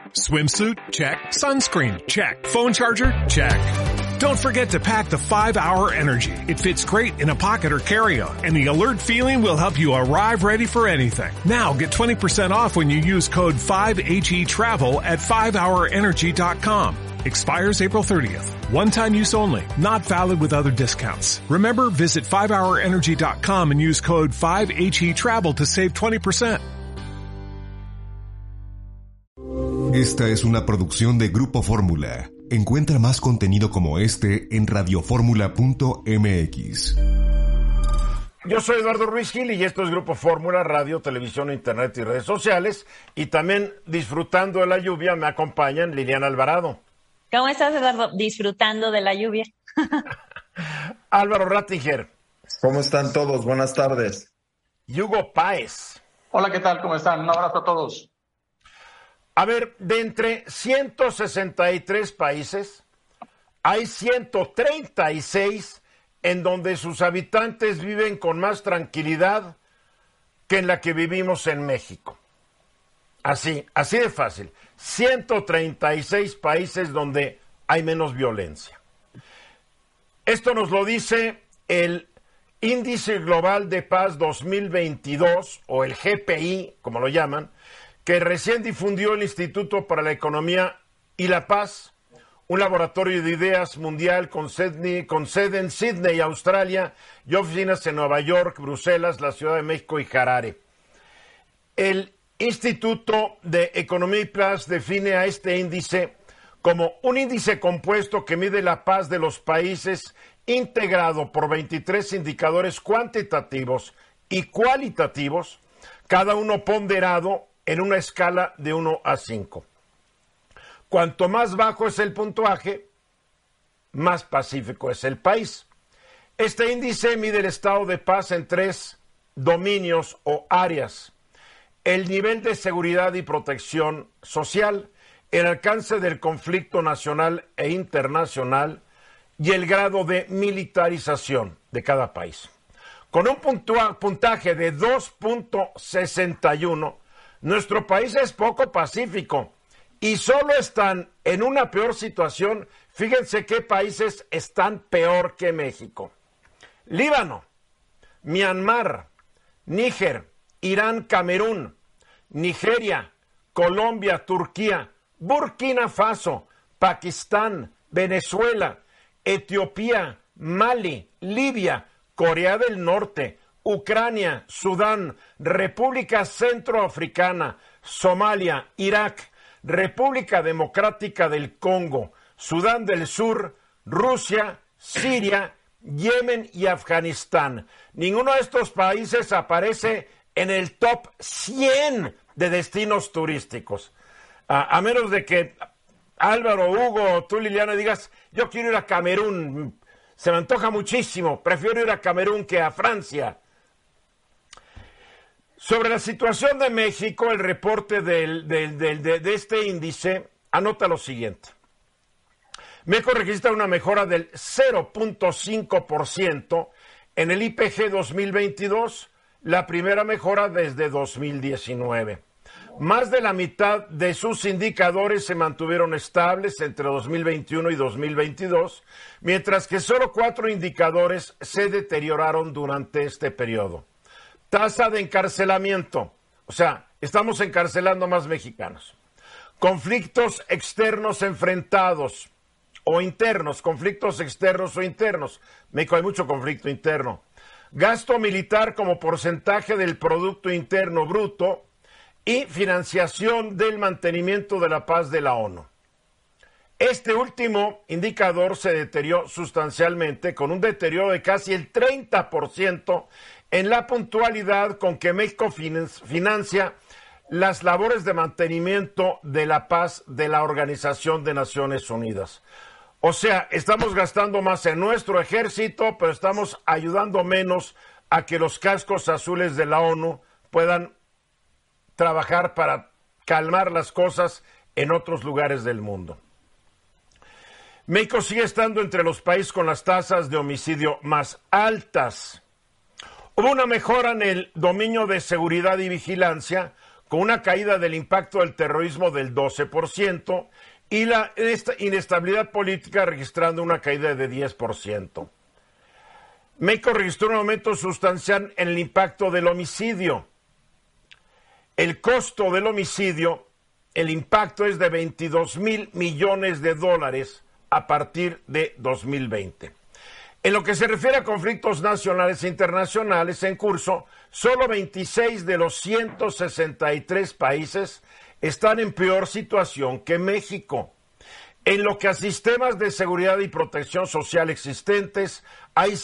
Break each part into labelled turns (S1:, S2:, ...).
S1: Swimsuit? Check. Sunscreen? Check. Phone charger? Check. Don't forget to pack the 5-Hour Energy. It fits great in a pocket or carry-on, and the alert feeling will help you arrive ready for anything. Now get 20% off when you use code 5HETRAVEL at 5hourenergy.com. Expires April 30th. One-time use only. Not valid with other discounts. Remember, visit 5hourenergy.com and use code 5HETRAVEL to save 20%.
S2: Esta es una producción de Grupo Fórmula. Encuentra más contenido como este en radioformula.mx.
S3: Yo soy Eduardo Ruiz Gil y esto es Grupo Fórmula, radio, televisión, internet y redes sociales. Y también disfrutando de la lluvia me acompañan Liliana Alvarado.
S4: ¿Cómo estás, Eduardo? Disfrutando de la lluvia.
S3: Álvaro Rattinger.
S5: ¿Cómo están todos? Buenas tardes.
S3: Hugo Páez.
S6: Hola, ¿qué tal? ¿Cómo están? Un abrazo a todos.
S3: A ver, de entre 163 países, hay 136 en donde sus habitantes viven con más tranquilidad que en la que vivimos en México. Así de fácil. 136 países donde hay menos violencia. Esto nos lo dice el Índice Global de Paz 2022, o el GPI, como lo llaman, que recién difundió el Instituto para la Economía y la Paz, un laboratorio de ideas mundial con sede en Sydney, Australia, y oficinas en Nueva York, Bruselas, la Ciudad de México y Harare. El Instituto de Economía y Paz define a este índice como un índice compuesto que mide la paz de los países, integrado por 23 indicadores cuantitativos y cualitativos, cada uno ponderado en una escala de 1 a 5. Cuanto más bajo es el puntuaje, más pacífico es el país. Este índice mide el estado de paz en 3 dominios o áreas: el nivel de seguridad y protección social, el alcance del conflicto nacional e internacional y el grado de militarización de cada país. Con un puntaje de 2.61, nuestro país es poco pacífico y solo están en una peor situación. Fíjense qué países están peor que México: Líbano, Myanmar, Níger, Irán, Camerún, Nigeria, Colombia, Turquía, Burkina Faso, Pakistán, Venezuela, Etiopía, Mali, Libia, Corea del Norte, Ucrania, Sudán, República Centroafricana, Somalia, Irak, República Democrática del Congo, Sudán del Sur, Rusia, Siria, Yemen y Afganistán. Ninguno de estos países aparece en el top 100 de destinos turísticos. A menos de que Álvaro, Hugo, tú, Liliana, digas, yo quiero ir a Camerún, se me antoja muchísimo, prefiero ir a Camerún que a Francia. Sobre la situación de México, el reporte de este índice anota lo siguiente. México registra una mejora del 0.5% en el IPG 2022, la primera mejora desde 2019. Más de la mitad de sus indicadores se mantuvieron estables entre 2021 y 2022, mientras que solo 4 indicadores se deterioraron durante este periodo. Tasa de encarcelamiento, o sea, estamos encarcelando más mexicanos. Conflictos externos enfrentados o internos, conflictos externos o internos. México hay mucho conflicto interno. Gasto militar como porcentaje del Producto Interno Bruto y financiación del mantenimiento de la paz de la ONU. Este último indicador se deterioró sustancialmente, con un deterioro de casi el 30% en la puntualidad con que México financia las labores de mantenimiento de la paz de la Organización de Naciones Unidas. O sea, estamos gastando más en nuestro ejército, pero estamos ayudando menos a que los cascos azules de la ONU puedan trabajar para calmar las cosas en otros lugares del mundo. México sigue estando entre los países con las tasas de homicidio más altas. Hubo una mejora en el dominio de seguridad y vigilancia, con una caída del impacto del terrorismo del 12% y la inestabilidad política registrando una caída de 10%. México registró un aumento sustancial en el impacto del homicidio. El costo del homicidio, el impacto es de $22,000 millones a partir de 2020. En lo que se refiere a conflictos nacionales e internacionales en curso, solo 26 de los 163 países están en peor situación que México. En lo que a sistemas de seguridad y protección social existentes, hay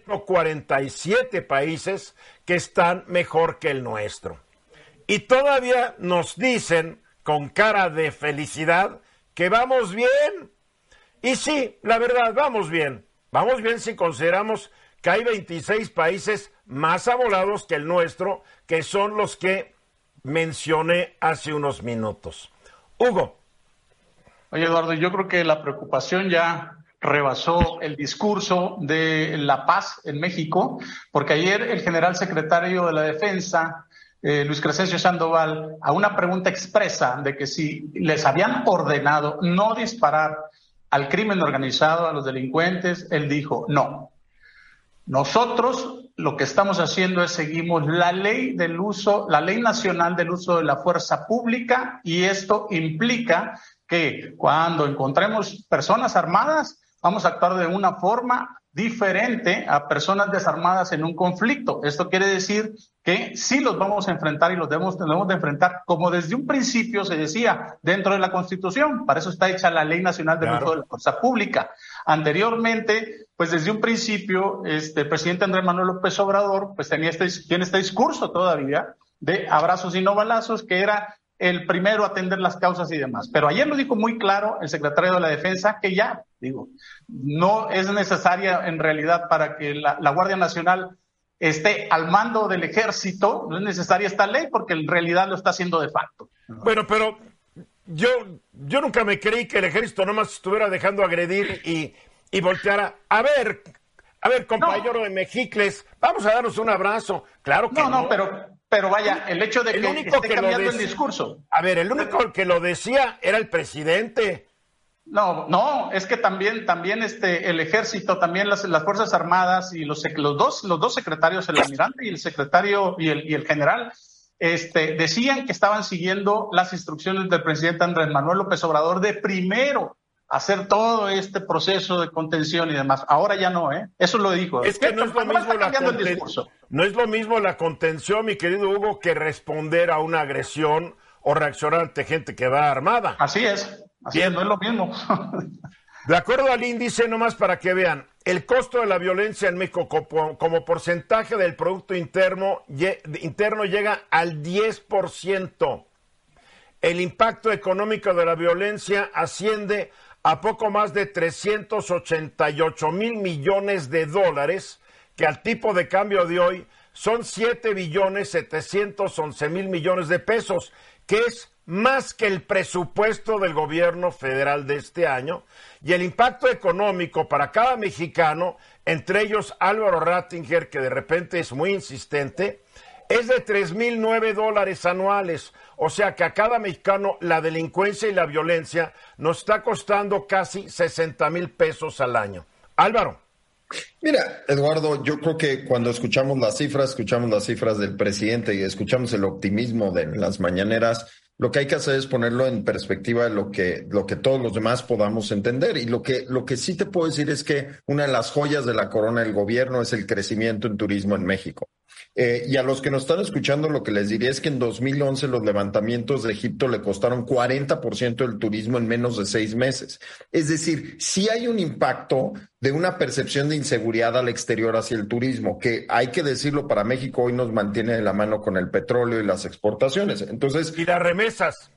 S3: 147 países que están mejor que el nuestro. Y todavía nos dicen, con cara de felicidad, que vamos bien. Y sí, la verdad, vamos bien. Vamos bien si consideramos que hay 26 países más amolados que el nuestro, que son los que mencioné hace unos minutos. Hugo.
S6: Oye, Eduardo, yo creo que la preocupación ya rebasó el discurso de la paz en México, porque ayer el general secretario de la Defensa, Luis Crescencio Sandoval, a una pregunta expresa de que si les habían ordenado no disparar al crimen organizado, a los delincuentes, él dijo no. Nosotros lo que estamos haciendo es seguimos la ley nacional del uso de la fuerza pública, y esto implica que cuando encontremos personas armadas vamos a actuar de una forma diferente a personas desarmadas en un conflicto. Esto quiere decir que sí los vamos a enfrentar y los debemos de enfrentar como desde un principio se decía dentro de la Constitución. Para eso está hecha la Ley Nacional del Uso de la Fuerza Pública. Anteriormente, pues desde un principio, el presidente Andrés Manuel López Obrador pues tiene este discurso todavía de abrazos y no balazos, que era el primero a atender las causas y demás. Pero ayer lo dijo muy claro el secretario de la Defensa, que ya, no es necesaria en realidad para que la Guardia Nacional esté al mando del ejército, no es necesaria esta ley porque en realidad lo está haciendo de facto.
S3: Bueno, pero yo nunca me creí que el ejército nomás estuviera dejando agredir y volteara. A ver, compañero de Mejicles, vamos a darnos un abrazo. Claro que no.
S6: No, pero vaya, el hecho de que esté cambiando el discurso.
S3: A ver, el único que lo decía era el presidente.
S6: No, es que también el ejército, también las Fuerzas Armadas y los dos secretarios, el almirante y el secretario y el general, decían que estaban siguiendo las instrucciones del presidente Andrés Manuel López Obrador de primero hacer todo este proceso de contención y demás. Ahora ya no, Eso lo dijo.
S3: Es que no es lo mismo la contención, mi querido Hugo, que responder a una agresión o reaccionar ante gente que va armada.
S6: Así es, no es lo mismo.
S3: De acuerdo al índice, nomás para que vean, el costo de la violencia en México como porcentaje del Producto Interno llega al 10%. El impacto económico de la violencia asciende a poco más de $388,000 millones, que al tipo de cambio de hoy son $7,711,000 millones, que es más que el presupuesto del gobierno federal de este año, y el impacto económico para cada mexicano, entre ellos Álvaro Rattinger, que de repente es muy insistente, es de $3,009 anuales. O sea que a cada mexicano la delincuencia y la violencia nos está costando casi $60,000 al año. Álvaro.
S5: Mira, Eduardo, yo creo que cuando escuchamos las cifras del presidente y escuchamos el optimismo de las mañaneras, lo que hay que hacer es ponerlo en perspectiva de lo que todos los demás podamos entender. Y lo que sí te puedo decir es que una de las joyas de la corona del gobierno es el crecimiento en turismo en México. Y a los que nos están escuchando, lo que les diría es que en 2011 los levantamientos de Egipto le costaron 40% del turismo en menos de 6 meses. Es decir, sí hay un impacto de una percepción de inseguridad al exterior hacia el turismo, que hay que decirlo, para México hoy nos mantiene de la mano con el petróleo y las exportaciones. Entonces,
S3: y las remesas.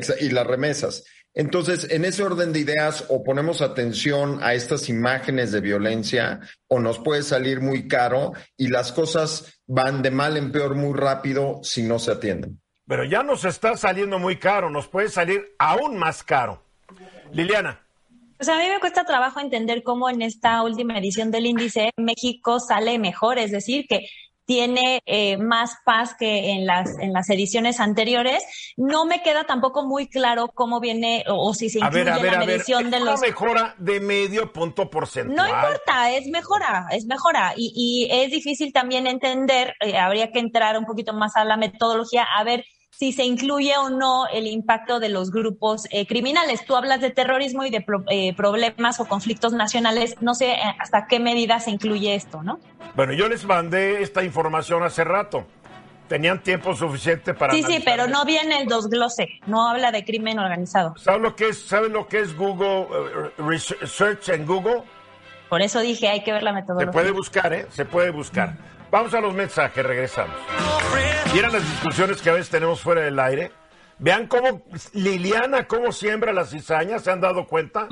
S5: Entonces, en ese orden de ideas, o ponemos atención a estas imágenes de violencia, o nos puede salir muy caro, y las cosas van de mal en peor muy rápido si no se atienden.
S3: Pero ya nos está saliendo muy caro, nos puede salir aún más caro. Liliana.
S4: Pues a mí me cuesta trabajo entender cómo en esta última edición del índice México sale mejor, es decir, que tiene más paz que en las ediciones anteriores. No me queda tampoco muy claro cómo viene o si se incluye la medición de los...
S3: Una mejora de medio punto porcentual.
S4: No importa, es mejora. Y es difícil también entender, habría que entrar un poquito más a la metodología, a ver si se incluye o no el impacto de los grupos criminales. Tú hablas de terrorismo y de problemas o conflictos nacionales. No sé hasta qué medida se incluye esto, ¿no?
S3: Bueno, yo les mandé esta información hace rato. Tenían tiempo suficiente para
S4: Sí, pero no viene el desglose. No habla de crimen organizado.
S3: ¿Saben lo que es Google, Search en Google?
S4: Por eso dije, hay que ver la metodología.
S3: Se puede buscar, Se puede buscar. Vamos a los mensajes, regresamos. ¿Vieron las discusiones que a veces tenemos fuera del aire? Vean cómo Liliana, cómo siembra la cizaña, ¿se han dado cuenta?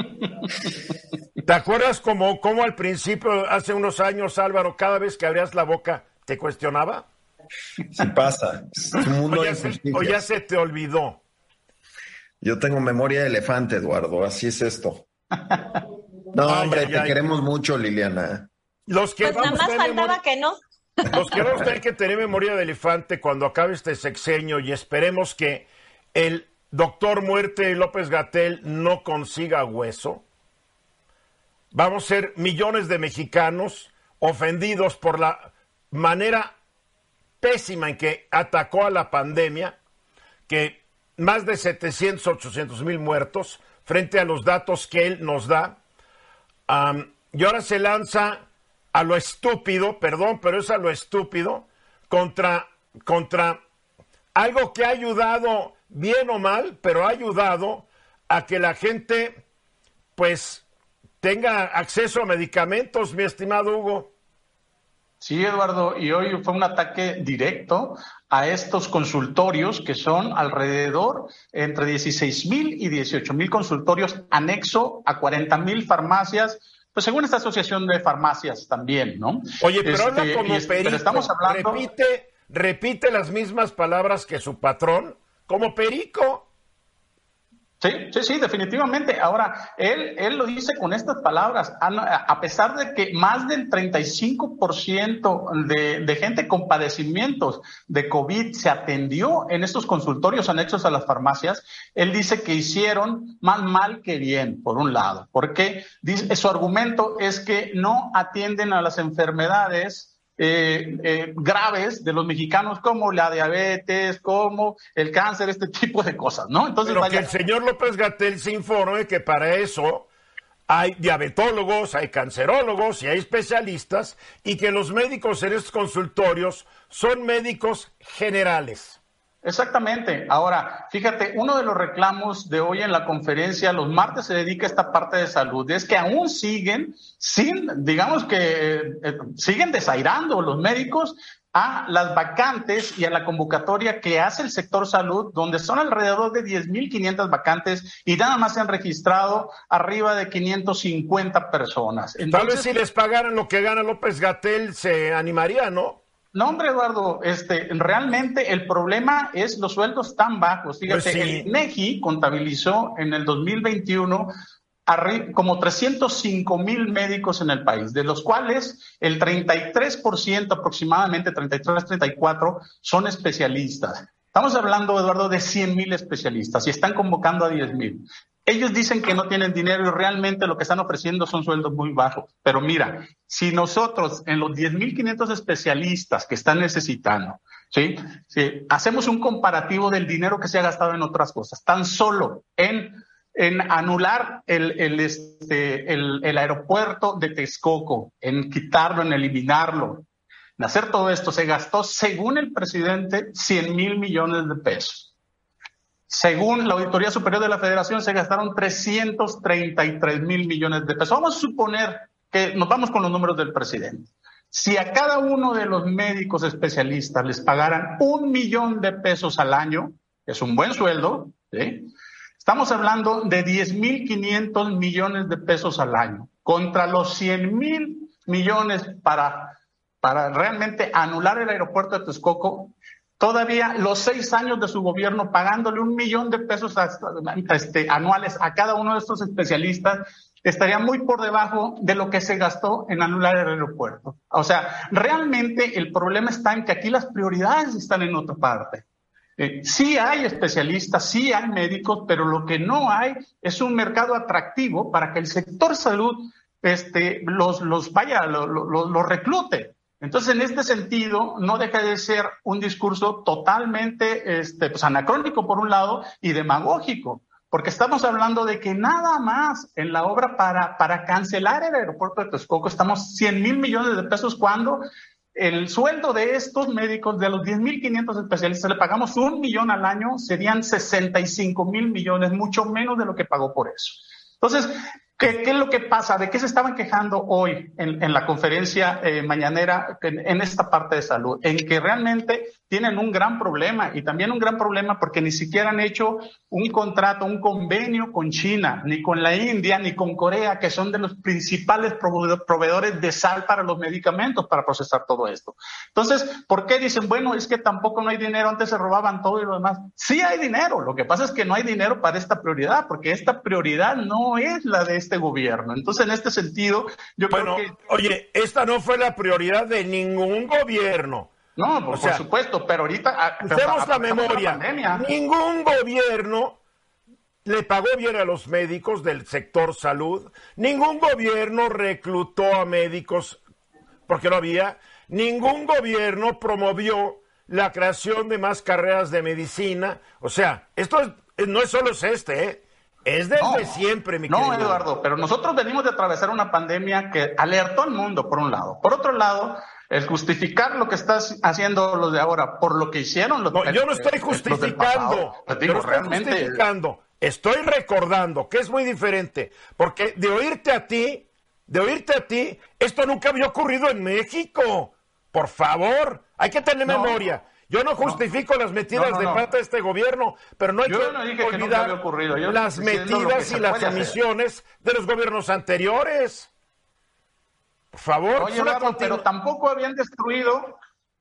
S3: ¿Te acuerdas cómo al principio, hace unos años, Álvaro, cada vez que abrías la boca, te cuestionaba?
S5: Sí pasa. Es un mundo de injusticias.
S3: O ya se te olvidó.
S5: Yo tengo memoria de elefante, Eduardo, así es esto. No, hombre, te queremos mucho, Liliana.
S4: Pues nada más faltaba que no.
S3: Los que vamos a tener que tener memoria de elefante cuando acabe este sexenio y esperemos que el doctor Muerte López-Gatell no consiga hueso. Vamos a ser millones de mexicanos ofendidos por la manera pésima en que atacó a la pandemia, que más de 700, 800 mil muertos frente a los datos que él nos da. Y ahora se lanza a lo estúpido, perdón, pero es a lo estúpido, contra algo que ha ayudado, bien o mal, pero ha ayudado a que la gente, pues, tenga acceso a medicamentos, mi estimado Hugo.
S6: Sí, Eduardo, y hoy fue un ataque directo a estos consultorios que son alrededor entre 16,000 y 18,000 consultorios anexo a 40,000 farmacias, pues según esta asociación de farmacias también, ¿no?
S3: Oye, pero habla como perico,
S6: pero estamos hablando...
S3: repite las mismas palabras que su patrón, como perico.
S6: Sí, definitivamente. Ahora, él lo dice con estas palabras, a pesar de que más del 35% de gente con padecimientos de COVID se atendió en estos consultorios anexos a las farmacias, él dice que hicieron más mal que bien, por un lado, porque su argumento es que no atienden a las enfermedades graves de los mexicanos, como la diabetes, como el cáncer, este tipo de cosas, ¿no? Entonces,
S3: que el señor López-Gatell se informe que para eso hay diabetólogos, hay cancerólogos y hay especialistas, y que los médicos en estos consultorios son médicos generales.
S6: Exactamente. Ahora, fíjate, uno de los reclamos de hoy en la conferencia, los martes se dedica a esta parte de salud, es que aún siguen desairando los médicos a las vacantes y a la convocatoria que hace el sector salud, donde son alrededor de 10,500 vacantes y nada más se han registrado arriba de 550 personas. Entonces,
S3: tal vez si les pagaran lo que gana López-Gatell se animaría, ¿no?
S6: No, hombre, Eduardo, realmente el problema es los sueldos tan bajos. Fíjate, pues sí. El INEGI contabilizó en el 2021 como 305,000 médicos en el país, de los cuales el 33%, aproximadamente 34%, son especialistas. Estamos hablando, Eduardo, de 100,000 especialistas y están convocando a 10,000. Ellos dicen que no tienen dinero y realmente lo que están ofreciendo son sueldos muy bajos. Pero mira, si nosotros en los 10,500 especialistas que están necesitando, ¿sí? Hacemos un comparativo del dinero que se ha gastado en otras cosas, tan solo en anular el aeropuerto de Texcoco, en quitarlo, en eliminarlo, en hacer todo esto, se gastó, según el presidente, 100,000 millones de pesos. Según la Auditoría Superior de la Federación, se gastaron 333,000 millones de pesos. Vamos a suponer que nos vamos con los números del presidente. Si a cada uno de los médicos especialistas les pagaran 1,000,000 de pesos al año, es un buen sueldo, ¿sí? Estamos hablando de 10,500 millones de pesos al año, contra los 100,000 millones para realmente anular el aeropuerto de Texcoco. Todavía los 6 años de su gobierno pagándole 1,000,000 de pesos anuales a cada uno de estos especialistas, estaría muy por debajo de lo que se gastó en anular el aeropuerto. O sea, realmente el problema está en que aquí las prioridades están en otra parte. Sí hay especialistas, sí hay médicos, pero lo que no hay es un mercado atractivo para que el sector salud los reclute. Entonces, en este sentido, no deja de ser un discurso totalmente anacrónico por un lado y demagógico, porque estamos hablando de que nada más en la obra para cancelar el aeropuerto de Texcoco estamos 100,000 millones de pesos, cuando el sueldo de estos médicos, de los 10,500 especialistas, le pagamos 1 millón al año, serían 65,000 millones, mucho menos de lo que pagó por eso. Entonces, ¿qué es lo que pasa? ¿De qué se estaban quejando hoy en la conferencia mañanera en esta parte de salud? En que realmente tienen un gran problema, y también un gran problema porque ni siquiera han hecho un contrato, un convenio con China, ni con la India, ni con Corea, que son de los principales proveedores de sal para los medicamentos para procesar todo esto. Entonces, ¿por qué dicen, bueno, es que tampoco no hay dinero, antes se robaban todo y lo demás? Sí hay dinero, lo que pasa es que no hay dinero para esta prioridad, porque esta prioridad no es la de este gobierno. Entonces, en este sentido, yo creo que...
S3: Oye, esta no fue la prioridad de ningún gobierno.
S6: No, por supuesto, pero ahorita...
S3: Hacemos la memoria. Ningún gobierno le pagó bien a los médicos del sector salud. Ningún gobierno reclutó a médicos porque no había. Ningún gobierno promovió la creación de más carreras de medicina. O sea, esto no es solo es desde siempre, mi querido.
S6: No, Eduardo, pero nosotros venimos de atravesar una pandemia que alertó al mundo, por un lado. Por otro lado, el justificar lo que estás haciendo los de ahora por lo que hicieron los
S3: yo no estoy justificando. Estoy recordando que es muy diferente, porque de oírte a ti, esto nunca había ocurrido en México. Por favor, hay que tener memoria. Yo no justifico las metidas de pata de este gobierno, pero no hay que olvidar las metidas y las omisiones de los gobiernos anteriores. Por favor.
S6: Oye, pero tampoco habían destruido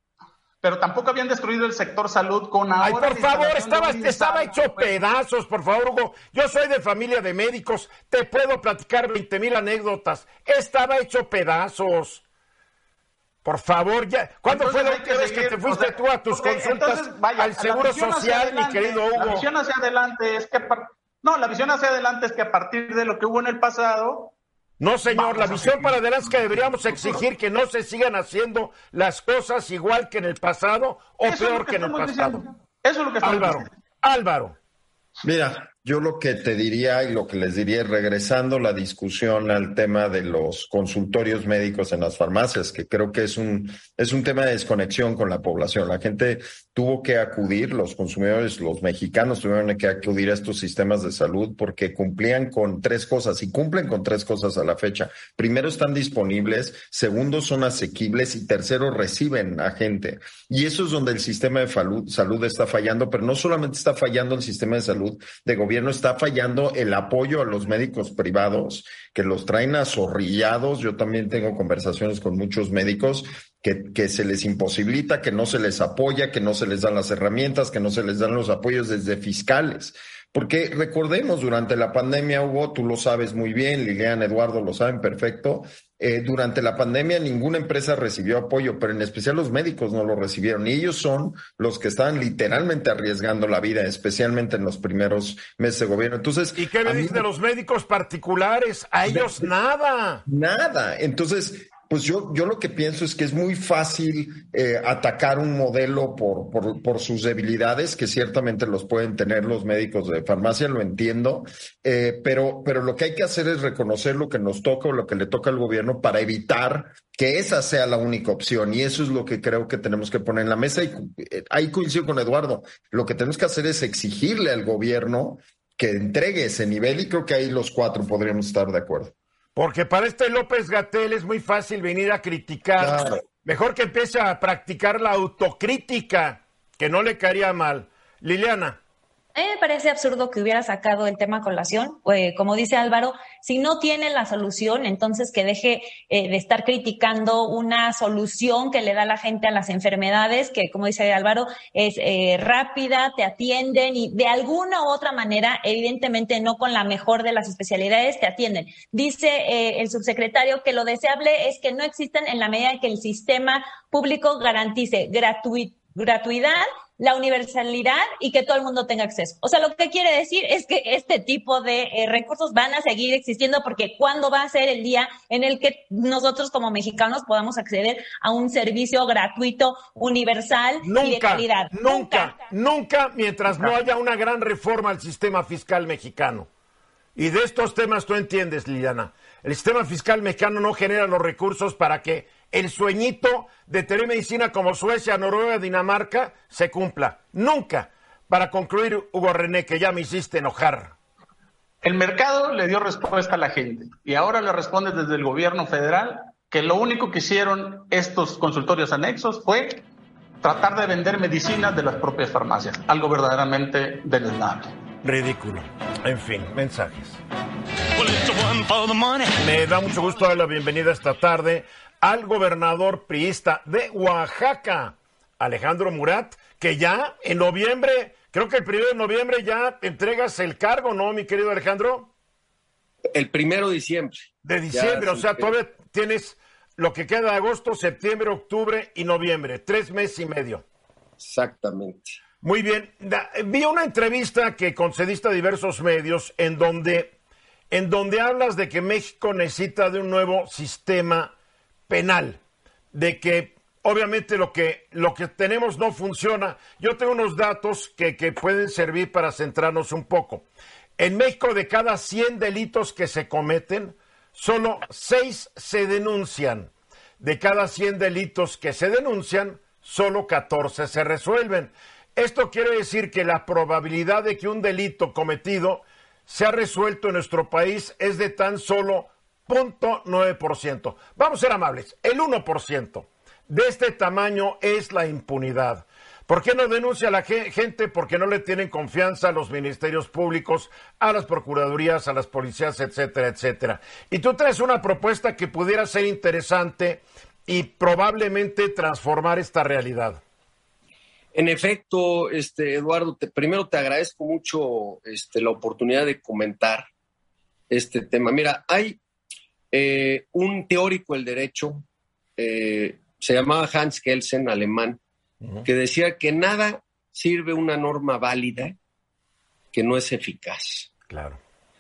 S6: el sector salud con ahora.
S3: Ay, por favor, estaba hecho pedazos, por favor, Hugo. Yo soy de familia de médicos, te puedo platicar 20,000 anécdotas. Estaba hecho pedazos. Por favor, ya. ¿Cuándo fue la última vez que te fuiste tú a tus consultas al Seguro Social, mi querido Hugo?
S6: La visión hacia adelante es que a partir de lo que hubo en el pasado...
S3: No, señor, la visión para adelante es que deberíamos exigir que no se sigan haciendo las cosas igual que en el pasado o peor que en el pasado.
S6: Eso es lo que estamos diciendo.
S3: Álvaro.
S5: Mira, yo lo que te diría y lo que les diría es, regresando la discusión al tema de los consultorios médicos en las farmacias, que creo que es un tema de desconexión con la población. La gente tuvo que acudir, los consumidores, los mexicanos tuvieron que acudir a estos sistemas de salud porque cumplían con 3 cosas, y cumplen con 3 cosas a la fecha. Primero, están disponibles; segundo, son asequibles; y tercero, reciben a gente. Y eso es donde el sistema de salud está fallando, pero no solamente está fallando el sistema de salud de gobierno, está fallando el apoyo a los médicos privados, que los traen azorrillados. Yo también tengo conversaciones con muchos médicos que se les imposibilita, que no se les apoya, que no se les dan las herramientas, que no se les dan los apoyos desde fiscales. Porque recordemos, durante la pandemia, Hugo, tú lo sabes muy bien, Liliana, Eduardo lo saben perfecto, durante la pandemia ninguna empresa recibió apoyo, pero en especial los médicos no lo recibieron, y ellos son los que estaban literalmente arriesgando la vida, especialmente en los primeros meses de gobierno. Entonces,
S3: ¿y qué me dices de los médicos particulares? A ellos nada.
S5: Nada. Entonces, pues yo lo que pienso es que es muy fácil atacar un modelo por sus debilidades, que ciertamente los pueden tener los médicos de farmacia, lo entiendo, pero lo que hay que hacer es reconocer lo que nos toca o lo que le toca al gobierno para evitar que esa sea la única opción, y eso es lo que creo que tenemos que poner en la mesa, y ahí coincido con Eduardo. Lo que tenemos que hacer es exigirle al gobierno que entregue ese nivel, y creo que ahí los 4 podríamos estar de acuerdo.
S3: Porque para López-Gatell es muy fácil venir a criticar. Claro. Mejor que empiece a practicar la autocrítica, que no le caería mal. Liliana.
S4: A mí me parece absurdo que hubiera sacado el tema a colación. Como dice Álvaro, si no tiene la solución, entonces que deje de estar criticando una solución que le da la gente a las enfermedades, que como dice Álvaro, es rápida, te atienden y de alguna u otra manera, evidentemente no con la mejor de las especialidades, te atienden. Dice el subsecretario que lo deseable es que no existan en la medida en que el sistema público garantice gratuidad, la universalidad y que todo el mundo tenga acceso. O sea, lo que quiere decir es que este tipo de recursos van a seguir existiendo, porque ¿cuándo va a ser el día en el que nosotros como mexicanos podamos acceder a un servicio gratuito, universal y de calidad?
S3: Nunca, mientras no haya una gran reforma al sistema fiscal mexicano. Y de estos temas tú entiendes, Liliana. El sistema fiscal mexicano no genera los recursos para que el sueñito de tener medicina como Suecia, Noruega, Dinamarca se cumpla. Nunca. Para concluir, Hugo René, que ya me hiciste enojar.
S6: El mercado le dio respuesta a la gente y ahora le responde desde el gobierno federal que lo único que hicieron estos consultorios anexos fue tratar de vender medicinas de las propias farmacias. Algo verdaderamente deleznable.
S3: Ridículo. En fin, mensajes. Me da mucho gusto dar la bienvenida esta tarde al gobernador priista de Oaxaca, Alejandro Murat, que ya en noviembre, creo que el 1 de noviembre ya entregas el cargo, ¿no, mi querido Alejandro?
S7: El 1 de diciembre.
S3: De diciembre, o sea, todavía tienes lo que queda de agosto, septiembre, octubre y noviembre, 3 meses y medio.
S7: Exactamente.
S3: Muy bien. Vi una entrevista que concediste a diversos medios en donde hablas de que México necesita de un nuevo sistema penal, de que obviamente lo que tenemos no funciona. Yo tengo unos datos que pueden servir para centrarnos un poco. En México, de cada 100 delitos que se cometen, solo 6 se denuncian. De cada 100 delitos que se denuncian, solo 14 se resuelven. Esto quiere decir que la probabilidad de que un delito cometido sea resuelto en nuestro país es de tan solo 0.9%. Vamos a ser amables, el 1%. De este tamaño es la impunidad. ¿Por qué no denuncia a la gente? Porque no le tienen confianza a los ministerios públicos, a las procuradurías, a las policías, etcétera, etcétera. Y tú traes una propuesta que pudiera ser interesante y probablemente transformar esta realidad.
S7: En efecto, Eduardo, primero te agradezco mucho la oportunidad de comentar este tema. Mira, hay un teórico del derecho, se llamaba Hans Kelsen, alemán, que decía que nada sirve una norma válida que no es eficaz.
S3: Claro.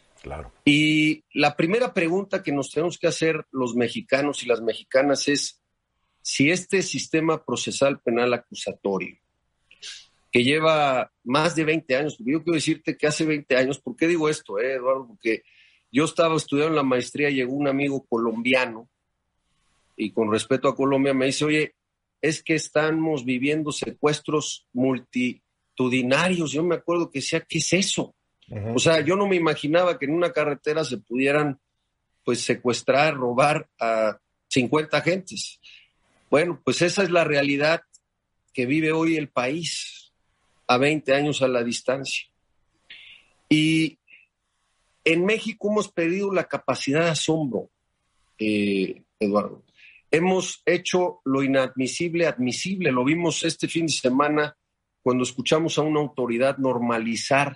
S7: Y la primera pregunta que nos tenemos que hacer los mexicanos y las mexicanas es si este sistema procesal penal acusatorio, que lleva más de 20 años, porque yo quiero decirte que hace 20 años, ¿por qué digo esto, Eduardo? Porque yo estaba estudiando la maestría, llegó un amigo colombiano, y con respeto a Colombia me dice, oye, es que estamos viviendo secuestros multitudinarios. Yo me acuerdo que decía, ¿qué es eso? O sea, yo no me imaginaba que en una carretera se pudieran, pues, secuestrar, robar a 50 gentes. Bueno, pues esa es la realidad que vive hoy el país, a 20 años a la distancia. Y en México hemos perdido la capacidad de asombro, Eduardo. Hemos hecho lo inadmisible admisible. Lo vimos este fin de semana cuando escuchamos a una autoridad normalizar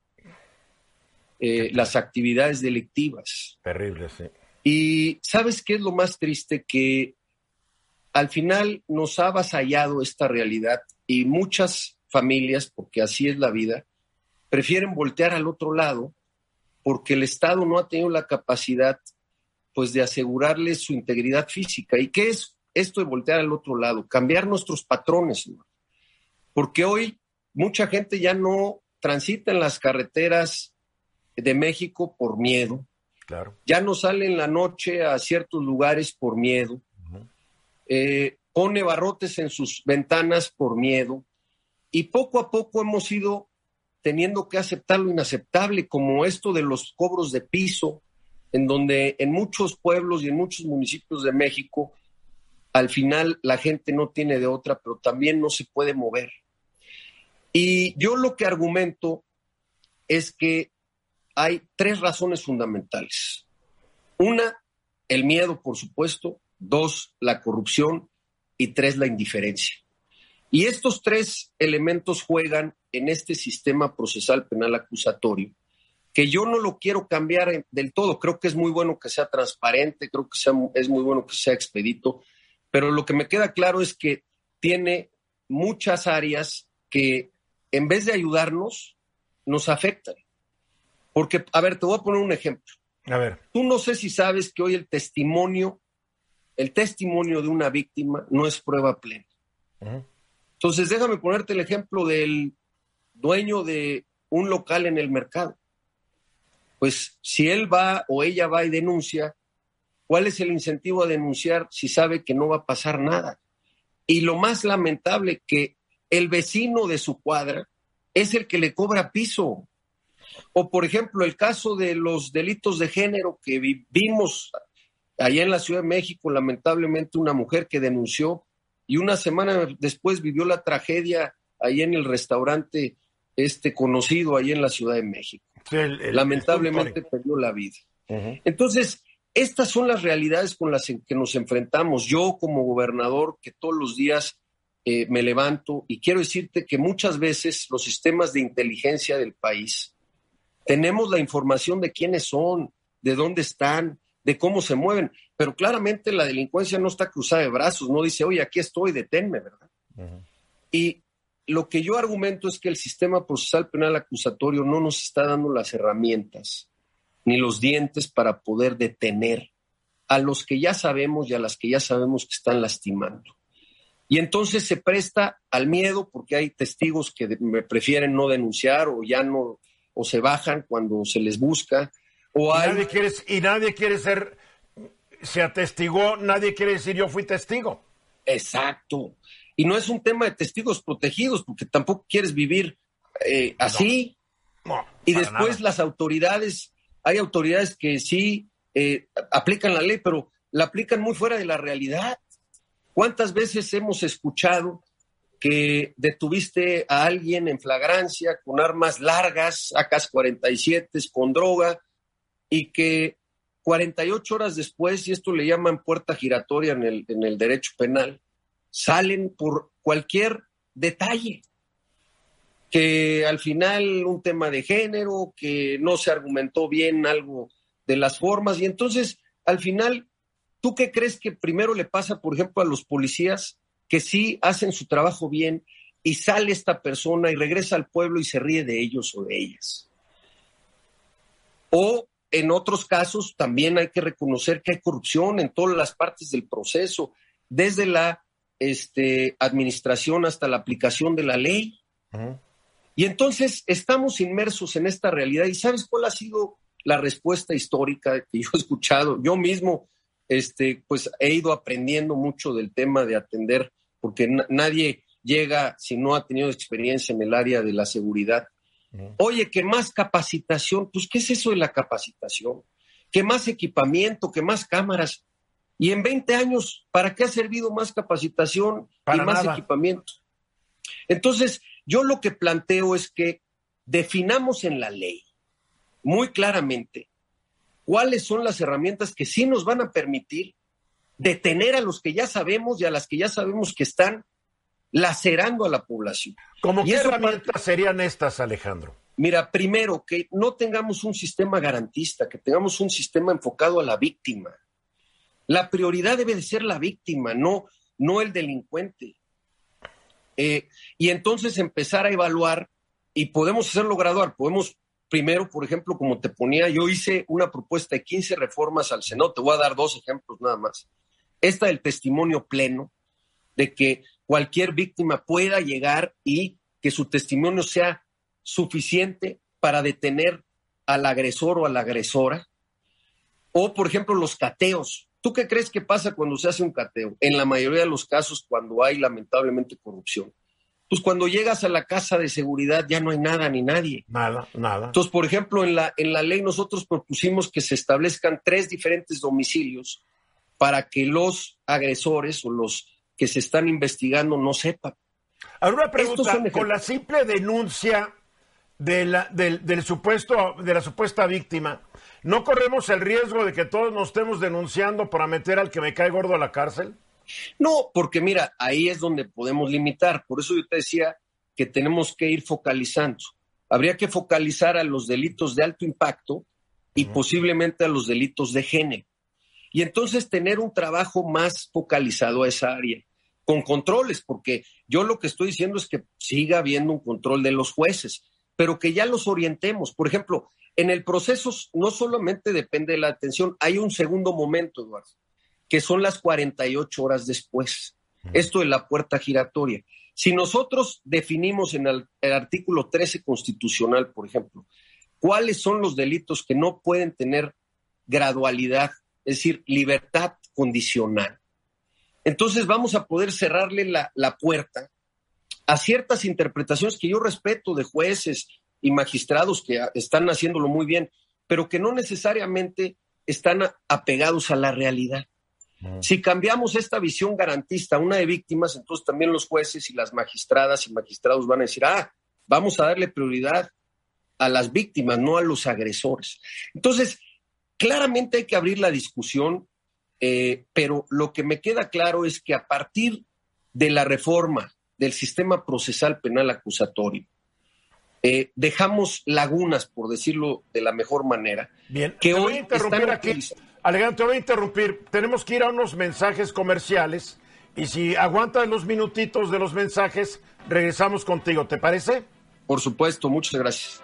S7: las actividades delictivas.
S3: Terrible, sí.
S7: Y ¿sabes qué es lo más triste? Que al final nos ha avasallado esta realidad y muchas familias, porque así es la vida, prefieren voltear al otro lado porque el Estado no ha tenido la capacidad, pues, de asegurarles su integridad física. ¿Y qué es esto de voltear al otro lado? Cambiar nuestros patrones, ¿no? Porque hoy mucha gente ya no transita en las carreteras de México por miedo.
S3: Claro.
S7: Ya no sale en la noche a ciertos lugares por miedo. Pone barrotes en sus ventanas por miedo. Y poco a poco hemos ido teniendo que aceptar lo inaceptable, como esto de los cobros de piso, en donde en muchos pueblos y en muchos municipios de México, al final la gente no tiene de otra, pero también no se puede mover. Y yo lo que argumento es que hay 3 razones fundamentales. 1, el miedo, por supuesto. 2, la corrupción. Y 3, la indiferencia. Y estos 3 elementos juegan en este sistema procesal penal acusatorio, que yo no lo quiero cambiar del todo. Creo que es muy bueno que sea transparente, creo que es muy bueno que sea expedito, pero lo que me queda claro es que tiene muchas áreas que, en vez de ayudarnos, nos afectan. Porque, a ver, te voy a poner un ejemplo.
S3: A ver.
S7: Tú no sé si sabes que hoy el testimonio de una víctima no es prueba plena. Uh-huh. Entonces, déjame ponerte el ejemplo del dueño de un local en el mercado. Pues si él va o ella va y denuncia, ¿cuál es el incentivo a denunciar si sabe que no va a pasar nada? Y lo más lamentable, que el vecino de su cuadra es el que le cobra piso. O, por ejemplo, el caso de los delitos de género que vimos allá en la Ciudad de México, lamentablemente una mujer que denunció y una semana después vivió la tragedia ahí en el restaurante conocido ahí en la Ciudad de México. Sí, lamentablemente perdió la vida. Uh-huh. Entonces, estas son las realidades con las que nos enfrentamos. Yo como gobernador, que todos los días me levanto, y quiero decirte que muchas veces los sistemas de inteligencia del país tenemos la información de quiénes son, de dónde están, de cómo se mueven, pero claramente la delincuencia no está cruzada de brazos, no dice, oye, aquí estoy, deténme, ¿verdad? Uh-huh. Y lo que yo argumento es que el sistema procesal penal acusatorio no nos está dando las herramientas ni los dientes para poder detener a los que ya sabemos y a las que ya sabemos que están lastimando. Y entonces se presta al miedo, porque hay testigos que me prefieren no denunciar o ya no, o se bajan cuando se les busca.
S3: Nadie quiere ser, se atestigó, nadie quiere decir yo fui testigo.
S7: Exacto. Y no es un tema de testigos protegidos, porque tampoco quieres vivir así. No, y después nada. Las autoridades, hay autoridades que sí aplican la ley, pero la aplican muy fuera de la realidad. ¿Cuántas veces hemos escuchado que detuviste a alguien en flagrancia con armas largas, AK-47, con droga, y que 48 horas después, y esto le llaman puerta giratoria en el derecho penal, salen por cualquier detalle? Que al final un tema de género, que no se argumentó bien algo de las formas, y entonces al final, ¿tú qué crees que primero le pasa, por ejemplo, a los policías que sí hacen su trabajo bien y sale esta persona y regresa al pueblo y se ríe de ellos o de ellas? O en otros casos también hay que reconocer que hay corrupción en todas las partes del proceso, desde la administración hasta la aplicación de la ley. Uh-huh. Y entonces estamos inmersos en esta realidad. ¿Y sabes cuál ha sido la respuesta histórica que yo he escuchado? Yo mismo pues he ido aprendiendo mucho del tema de atender, porque nadie llega si no ha tenido experiencia en el área de la seguridad. Uh-huh. Oye, que más capacitación. Pues, ¿qué es eso de la capacitación? Que más equipamiento, que más cámaras. Y en 20 años, ¿para qué ha servido más capacitación y más equipamiento? Entonces, yo lo que planteo es que definamos en la ley muy claramente cuáles son las herramientas que sí nos van a permitir detener a los que ya sabemos y a las que ya sabemos que están lacerando a la población.
S3: ¿Cómo qué herramientas serían estas, Alejandro?
S7: Mira, primero, que no tengamos un sistema garantista, que tengamos un sistema enfocado a la víctima. La prioridad debe de ser la víctima, no el delincuente. Y entonces empezar a evaluar, y podemos hacerlo gradual. Podemos primero, por ejemplo, como te ponía, yo hice una propuesta de 15 reformas al Senado. Te voy a dar 2 ejemplos nada más. Esta del testimonio pleno, de que cualquier víctima pueda llegar y que su testimonio sea suficiente para detener al agresor o a la agresora. O, por ejemplo, los cateos. ¿Tú qué crees que pasa cuando se hace un cateo? En la mayoría de los casos, cuando hay lamentablemente corrupción. Pues cuando llegas a la casa de seguridad ya no hay nada ni nadie.
S3: Nada.
S7: Entonces, por ejemplo, en la ley nosotros propusimos que se establezcan 3 diferentes domicilios para que los agresores o los que se están investigando no sepan.
S3: Ahora una pregunta, con la simple denuncia de la supuesta víctima, ¿no corremos el riesgo de que todos nos estemos denunciando para meter al que me cae gordo a la cárcel?
S7: No, porque mira, ahí es donde podemos limitar. Por eso yo te decía que tenemos que ir focalizando. Habría que focalizar a los delitos de alto impacto y posiblemente a los delitos de género. Y entonces tener un trabajo más focalizado a esa área, con controles, porque yo lo que estoy diciendo es que siga habiendo un control de los jueces, pero que ya los orientemos. Por ejemplo, en el proceso no solamente depende de la atención, hay un segundo momento, Eduardo, que son las 48 horas después. Esto de la puerta giratoria. Si nosotros definimos en el artículo 13 constitucional, por ejemplo, cuáles son los delitos que no pueden tener gradualidad, es decir, libertad condicional, entonces vamos a poder cerrarle la puerta a ciertas interpretaciones que yo respeto de jueces y magistrados que están haciéndolo muy bien, pero que no necesariamente están apegados a la realidad. Si cambiamos esta visión garantista a una de víctimas, entonces también los jueces y las magistradas y magistrados van a decir, vamos a darle prioridad a las víctimas, no a los agresores. Entonces, claramente hay que abrir la discusión, pero lo que me queda claro es que a partir de la reforma del sistema procesal penal acusatorio, dejamos lagunas, por decirlo de la mejor manera.
S3: Bien,
S7: que
S3: te voy
S7: hoy
S3: a interrumpir aquí. Alejandro, te voy a interrumpir. Tenemos que ir a unos mensajes comerciales y si aguantas los minutitos de los mensajes, regresamos contigo. ¿Te parece?
S7: Por supuesto, muchas gracias.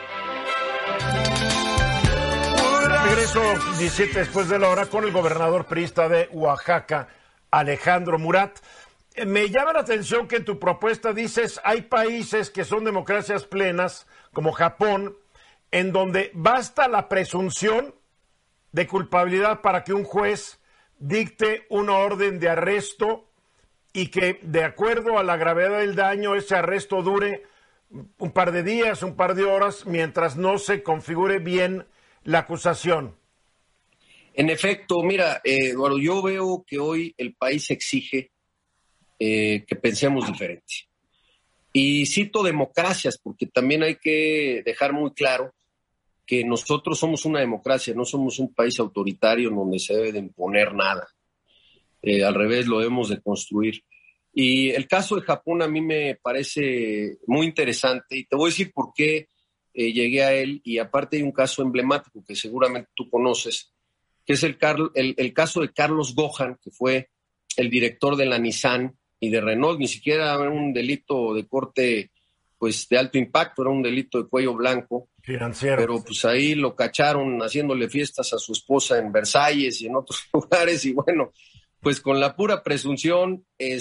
S3: Regreso 17 después de la hora con el gobernador priista de Oaxaca, Alejandro Murat. Me llama la atención que en tu propuesta dices hay países que son democracias plenas, como Japón, en donde basta la presunción de culpabilidad para que un juez dicte una orden de arresto y que, de acuerdo a la gravedad del daño, ese arresto dure un par de días, un par de horas, mientras no se configure bien la acusación.
S7: En efecto, mira, Eduardo, yo veo que hoy el país exige que pensemos diferente. Y cito democracias, porque también hay que dejar muy claro que nosotros somos una democracia, no somos un país autoritario en donde se debe de imponer nada. Al revés, lo debemos de construir. Y el caso de Japón a mí me parece muy interesante y te voy a decir por qué llegué a él. Y aparte hay un caso emblemático que seguramente tú conoces, que es el caso de Carlos Ghosn, que fue el director de la Nissan y de Renault. Ni siquiera era un delito de corte pues de alto impacto, era un delito de cuello blanco.
S3: Financiero.
S7: Pero pues ahí lo cacharon haciéndole fiestas a su esposa en Versalles y en otros lugares y bueno, pues con la pura presunción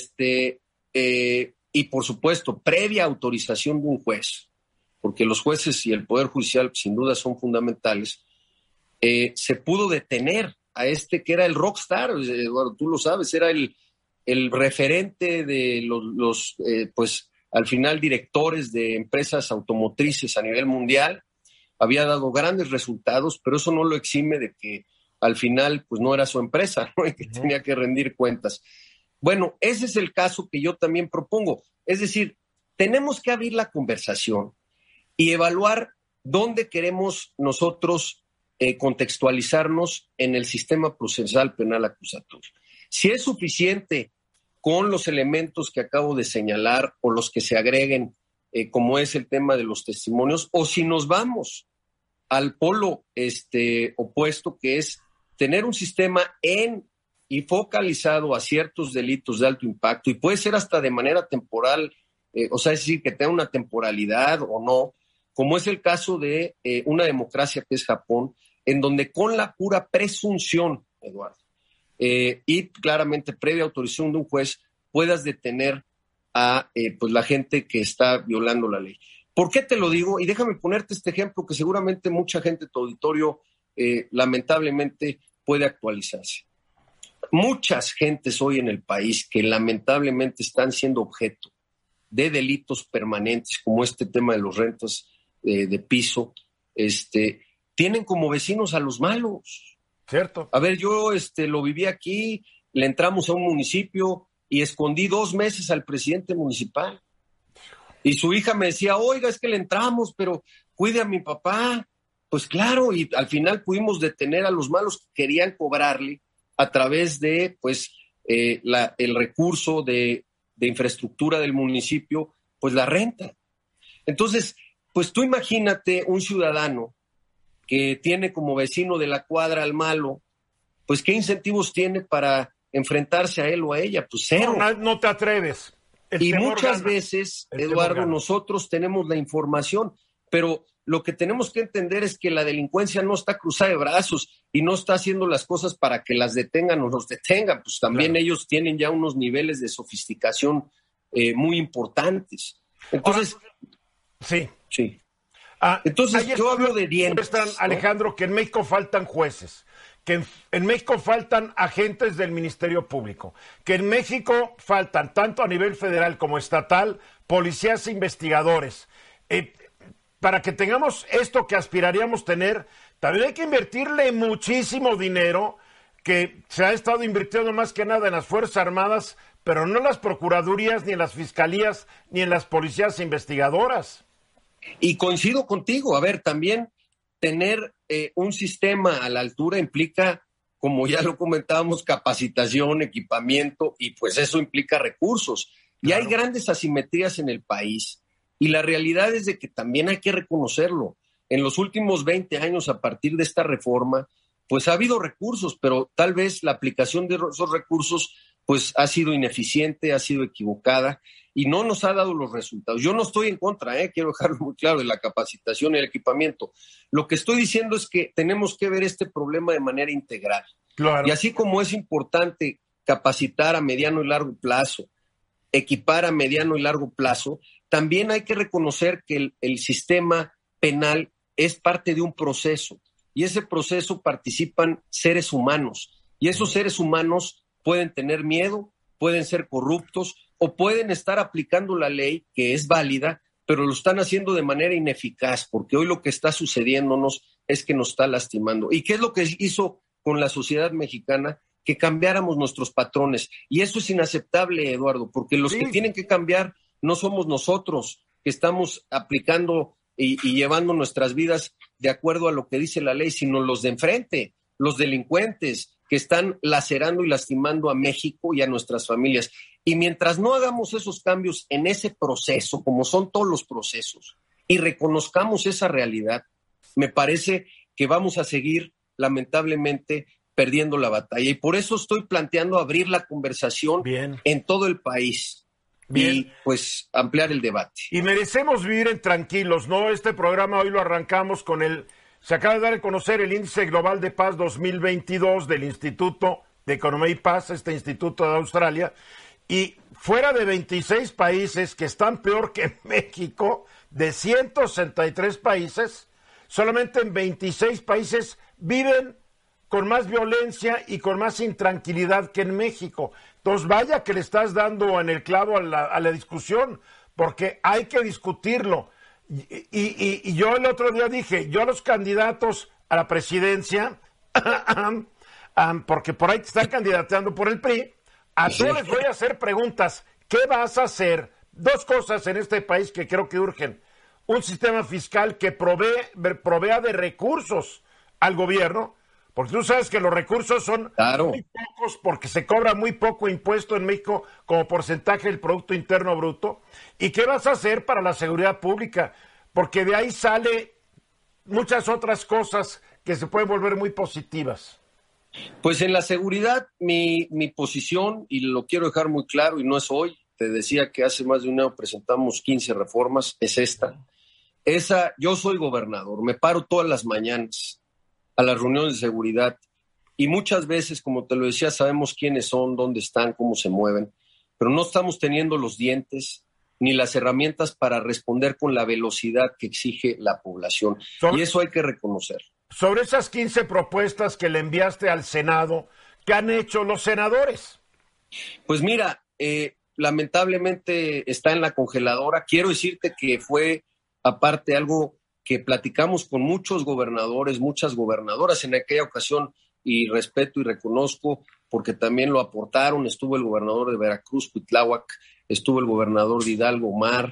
S7: y por supuesto previa autorización de un juez, porque los jueces y el Poder Judicial sin duda son fundamentales, se pudo detener a que era el rockstar, Eduardo, tú lo sabes, era el referente de los pues al final directores de empresas automotrices a nivel mundial. Había dado grandes resultados, pero eso no lo exime de que al final pues no era su empresa, ¿no? Y que tenía que rendir cuentas. Bueno, ese es el caso que yo también propongo. Es decir, tenemos que abrir la conversación y evaluar dónde queremos nosotros contextualizarnos en el sistema procesal penal acusatorio. Si es suficiente con los elementos que acabo de señalar o los que se agreguen, como es el tema de los testimonios, o si nos vamos al polo opuesto, que es tener un sistema y focalizado a ciertos delitos de alto impacto, y puede ser hasta de manera temporal, o sea, es decir, que tenga una temporalidad o no, como es el caso de una democracia que es Japón, en donde con la pura presunción, Eduardo, y claramente previa autorización de un juez, puedas detener a pues la gente que está violando la ley. ¿Por qué te lo digo? Y déjame ponerte este ejemplo que seguramente mucha gente de tu auditorio lamentablemente puede actualizarse. Muchas gentes hoy en el país que lamentablemente están siendo objeto de delitos permanentes, como este tema de los rentas de piso, tienen como vecinos a los malos.
S3: Cierto.
S7: A ver, yo lo viví aquí, le entramos a un municipio y escondí 2 meses al presidente municipal. Y su hija me decía, oiga, es que le entramos, pero cuide a mi papá. Pues claro, y al final pudimos detener a los malos que querían cobrarle a través de pues el recurso de infraestructura del municipio, pues la renta. Entonces, pues tú imagínate un ciudadano que tiene como vecino de la cuadra al malo, pues ¿qué incentivos tiene para enfrentarse a él o a ella? Pues cero.
S3: No te atreves.
S7: Y muchas veces, Eduardo, nosotros tenemos la información, pero lo que tenemos que entender es que la delincuencia no está cruzada de brazos y no está haciendo las cosas para que las detengan o los detengan, pues también ellos tienen ya unos niveles de sofisticación muy importantes. Entonces,
S3: sí.
S7: Entonces yo hablo de dientes,
S3: ¿no? Alejandro, que en México faltan jueces, que en México faltan agentes del Ministerio Público, que en México faltan, tanto a nivel federal como estatal, policías e investigadores. Para que tengamos esto que aspiraríamos tener, también hay que invertirle muchísimo dinero, que se ha estado invirtiendo más que nada en las Fuerzas Armadas, pero no en las procuradurías, ni en las fiscalías, ni en las policías investigadoras.
S7: Y coincido contigo, a ver, también tener un sistema a la altura implica, como ya lo comentábamos, capacitación, equipamiento, y pues eso implica recursos. Y hay grandes asimetrías en el país. Y la realidad es de que también hay que reconocerlo. En los últimos 20 años, a partir de esta reforma, pues ha habido recursos, pero tal vez la aplicación de esos recursos pues ha sido ineficiente, ha sido equivocada y no nos ha dado los resultados. Yo no estoy en contra, quiero dejarlo muy claro, de la capacitación y el equipamiento. Lo que estoy diciendo es que tenemos que ver este problema de manera integral.
S3: Claro.
S7: Y así como es importante capacitar a mediano y largo plazo, equipar a mediano y largo plazo, también hay que reconocer que el sistema penal es parte de un proceso y ese proceso participan seres humanos y esos seres humanos pueden tener miedo, pueden ser corruptos o pueden estar aplicando la ley que es válida, pero lo están haciendo de manera ineficaz porque hoy lo que está sucediéndonos es que nos está lastimando. ¿Y qué es lo que hizo con la sociedad mexicana? Que cambiáramos nuestros patrones y eso es inaceptable, Eduardo, porque los que tienen que cambiar no somos nosotros que estamos aplicando y llevando nuestras vidas de acuerdo a lo que dice la ley, sino los de enfrente, los delincuentes que están lacerando y lastimando a México y a nuestras familias. Y mientras no hagamos esos cambios en ese proceso, como son todos los procesos, y reconozcamos esa realidad, me parece que vamos a seguir, lamentablemente, perdiendo la batalla. Y por eso estoy planteando abrir la conversación en todo el país. Y pues ampliar el debate.
S3: Y merecemos vivir tranquilos, ¿no? Este programa hoy lo arrancamos con se acaba de dar a conocer el Índice Global de Paz 2022 del Instituto de Economía y Paz, este instituto de Australia, y fuera de 26 países que están peor que México, de 163 países, solamente en 26 países viven con más violencia y con más intranquilidad que en México. Entonces, vaya que le estás dando en el clavo a la discusión, porque hay que discutirlo. Y yo el otro día dije, yo a los candidatos a la presidencia, porque por ahí te están candidateando por el PRI, a todos les voy a hacer preguntas. ¿Qué vas a hacer? Dos cosas en este país que creo que urgen. Un sistema fiscal que provea de recursos al gobierno, porque tú sabes que los recursos son muy pocos porque se cobra muy poco impuesto en México como porcentaje del Producto Interno Bruto. ¿Y qué vas a hacer para la seguridad pública? Porque de ahí sale muchas otras cosas que se pueden volver muy positivas.
S7: Pues en la seguridad mi posición, y lo quiero dejar muy claro, y no es hoy, te decía que hace más de un año presentamos 15 reformas, es esta. Yo soy gobernador, me paro todas las mañanas a las reuniones de seguridad y muchas veces, como te lo decía, sabemos quiénes son, dónde están, cómo se mueven, pero no estamos teniendo los dientes ni las herramientas para responder con la velocidad que exige la población. Y eso hay que reconocer.
S3: Sobre esas 15 propuestas que le enviaste al Senado, ¿qué han hecho los senadores?
S7: Pues mira, lamentablemente está en la congeladora. Quiero decirte que fue, aparte, algo que platicamos con muchos gobernadores, muchas gobernadoras en aquella ocasión, y respeto y reconozco porque también lo aportaron. Estuvo el gobernador de Veracruz, Cuitláhuac, estuvo el gobernador de Hidalgo, Omar,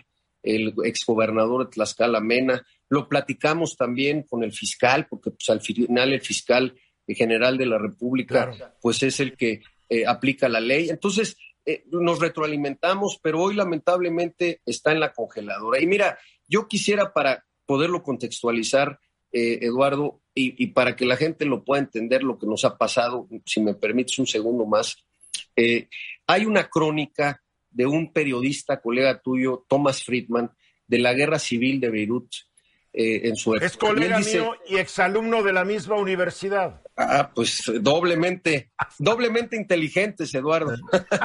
S7: el exgobernador de Tlaxcala, Mena. Lo platicamos también con el fiscal, porque pues al final el fiscal general de la República, claro, pues es el que aplica la ley. Entonces, nos retroalimentamos, pero hoy lamentablemente está en la congeladora. Y mira, yo quisiera, para poderlo contextualizar, Eduardo, y para que la gente lo pueda entender lo que nos ha pasado, si me permites un segundo más, hay una crónica de un periodista, colega tuyo, Thomas Friedman, de la Guerra Civil de Beirut, en su época.
S3: Es colega mío y exalumno de la misma universidad.
S7: Pues doblemente inteligentes, Eduardo.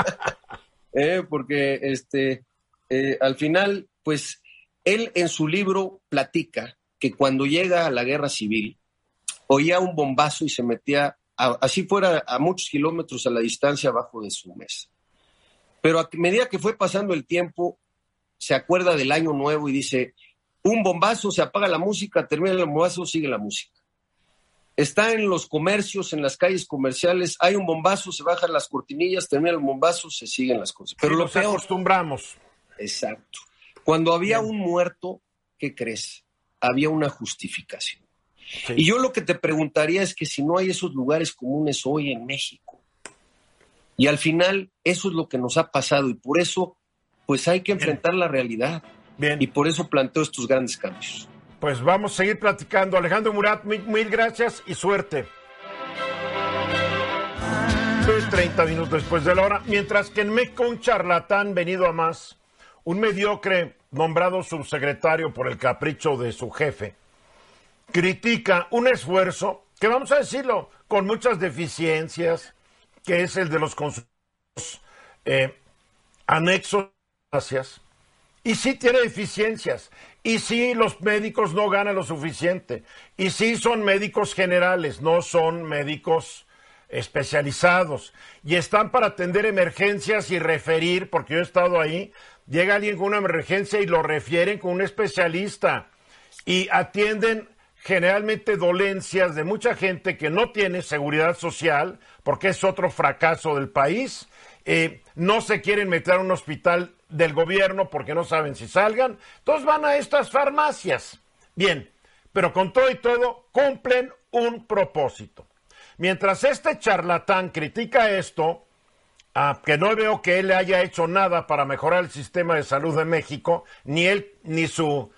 S7: Porque al final, pues, él en su libro platica que cuando llega a la Guerra Civil, oía un bombazo y se metía, así fuera a muchos kilómetros a la distancia, abajo de su mesa. Pero a medida que fue pasando el tiempo, se acuerda del Año Nuevo y dice, un bombazo, se apaga la música, termina el bombazo, sigue la música. Está en los comercios, en las calles comerciales, hay un bombazo, se bajan las cortinillas, termina el bombazo, se siguen las cosas. Pero
S3: sí,
S7: lo peor,
S3: acostumbramos.
S7: Exacto. Cuando había un muerto, ¿qué crees? Había una justificación. Sí. Y yo lo que te preguntaría es que si no hay esos lugares comunes hoy en México, y al final eso es lo que nos ha pasado, y por eso pues hay que enfrentar la realidad.
S3: Bien.
S7: Y por eso planteo estos grandes cambios.
S3: Pues vamos a seguir platicando. Alejandro Murat, mil gracias y suerte. 30 minutos después de la hora. Mientras que en México un charlatán venido a más, un mediocre nombrado subsecretario por el capricho de su jefe, critica un esfuerzo que, vamos a decirlo, con muchas deficiencias, que es el de los consumos anexos. Gracias. Y sí tiene deficiencias, y sí los médicos no ganan lo suficiente, y sí son médicos generales, no son médicos especializados, y están para atender emergencias y referir, porque yo he estado ahí, llega alguien con una emergencia y lo refieren con un especialista, y atienden generalmente dolencias de mucha gente que no tiene seguridad social, porque es otro fracaso del país. No se quieren meter a un hospital del gobierno porque no saben si salgan, entonces van a estas farmacias. Bien, pero con todo y todo cumplen un propósito. Mientras este charlatán critica esto, que no veo que él haya hecho nada para mejorar el sistema de salud de México, ni él ni su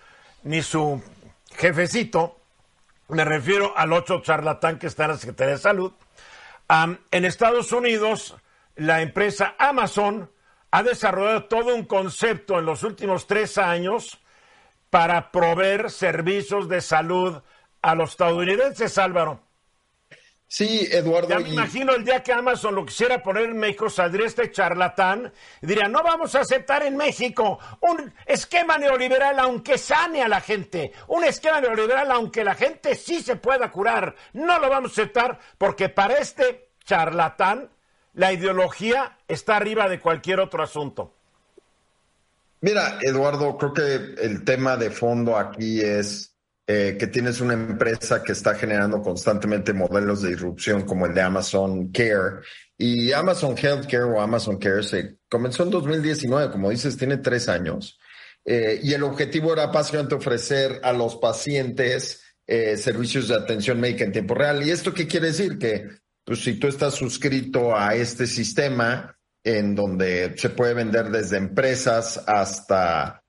S3: jefecito, me refiero al otro charlatán que está en la Secretaría de Salud. En Estados Unidos, la empresa Amazon ha desarrollado todo un concepto en los últimos 3 años para proveer servicios de salud a los estadounidenses, Álvaro.
S5: Sí, Eduardo.
S3: Ya me imagino el día que Amazon lo quisiera poner en México, saldría este charlatán y diría, no vamos a aceptar en México un esquema neoliberal aunque sane a la gente, un esquema neoliberal aunque la gente sí se pueda curar. No lo vamos a aceptar porque para este charlatán la ideología está arriba de cualquier otro asunto.
S5: Mira, Eduardo, creo que el tema de fondo aquí es que tienes una empresa que está generando constantemente modelos de disrupción como el de Amazon Care. Y Amazon Healthcare o Amazon Care se comenzó en 2019, como dices, tiene 3 años. Y el objetivo era básicamente ofrecer a los pacientes servicios de atención médica en tiempo real. ¿Y esto qué quiere decir? Que pues, si tú estás suscrito a este sistema en donde se puede vender desde empresas hasta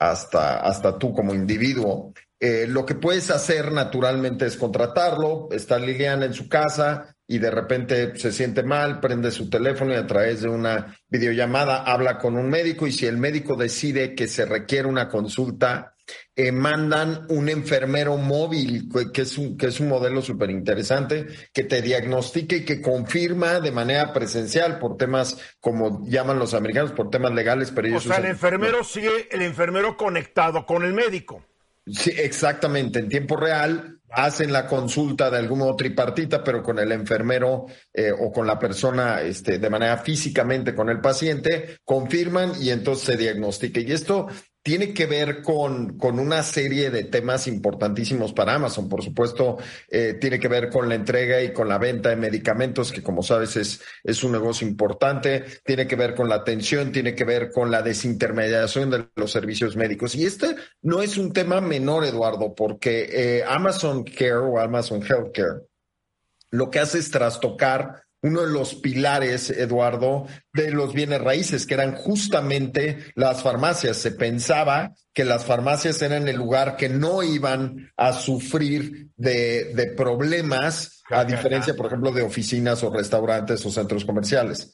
S5: tú como individuo, lo que puedes hacer naturalmente es contratarlo. Está Liliana en su casa y de repente se siente mal, prende su teléfono y a través de una videollamada habla con un médico, y si el médico decide que se requiere una consulta, mandan un enfermero móvil, que es un modelo súper interesante, que te diagnostica y que confirma de manera presencial por temas, como llaman los americanos, por temas legales, pero ellos
S3: el enfermero sigue el enfermero conectado con el médico.
S5: Sí, exactamente, en tiempo real hacen la consulta de algún modo tripartita, pero con el enfermero o con la persona de manera físicamente con el paciente, confirman y entonces se diagnostica. Y esto tiene que ver con una serie de temas importantísimos para Amazon. Por supuesto, tiene que ver con la entrega y con la venta de medicamentos, que como sabes es un negocio importante. Tiene que ver con la atención, tiene que ver con la desintermediación de los servicios médicos. Y este no es un tema menor, Eduardo, porque Amazon Care o Amazon Healthcare lo que hace es trastocar uno de los pilares, Eduardo, de los bienes raíces, que eran justamente las farmacias. Se pensaba que las farmacias eran el lugar que no iban a sufrir de problemas, a diferencia, por ejemplo, de oficinas o restaurantes o centros comerciales.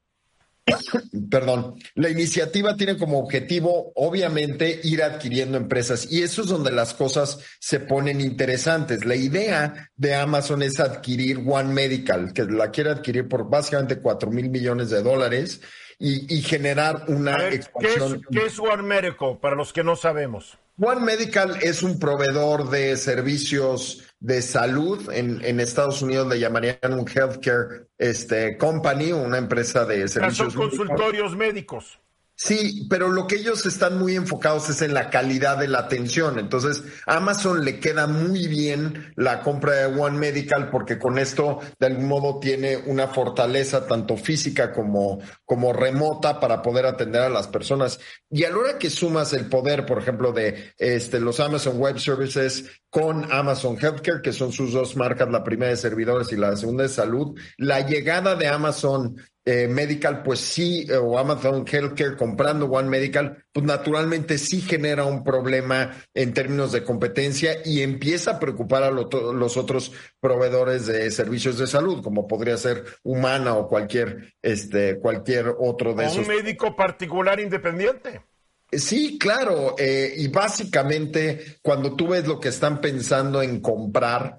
S5: Perdón, la iniciativa tiene como objetivo, obviamente, ir adquiriendo empresas, y eso es donde las cosas se ponen interesantes. La idea de Amazon es adquirir One Medical, que la quiere adquirir por básicamente $4,000 millones y generar una expansión.
S3: ¿Qué es One Medical, para los que no sabemos?
S5: One Medical es un proveedor de servicios de salud. En Estados Unidos le llamarían un healthcare company, una empresa de servicios.
S3: Son consultorios médicos.
S5: Sí, pero lo que ellos están muy enfocados es en la calidad de la atención. Entonces, Amazon le queda muy bien la compra de One Medical, porque con esto, de algún modo, tiene una fortaleza tanto física como remota para poder atender a las personas. Y a la hora que sumas el poder, por ejemplo, de los Amazon Web Services con Amazon Healthcare, que son sus dos marcas, la primera de servidores y la segunda de salud, la llegada de Amazon Medical, pues sí, o Amazon Healthcare comprando One Medical, pues naturalmente sí genera un problema en términos de competencia y empieza a preocupar a los otros proveedores de servicios de salud, como podría ser Humana o cualquier otro de esos.
S3: ¿Un médico particular independiente?
S5: Sí, claro, y básicamente cuando tú ves lo que están pensando en comprar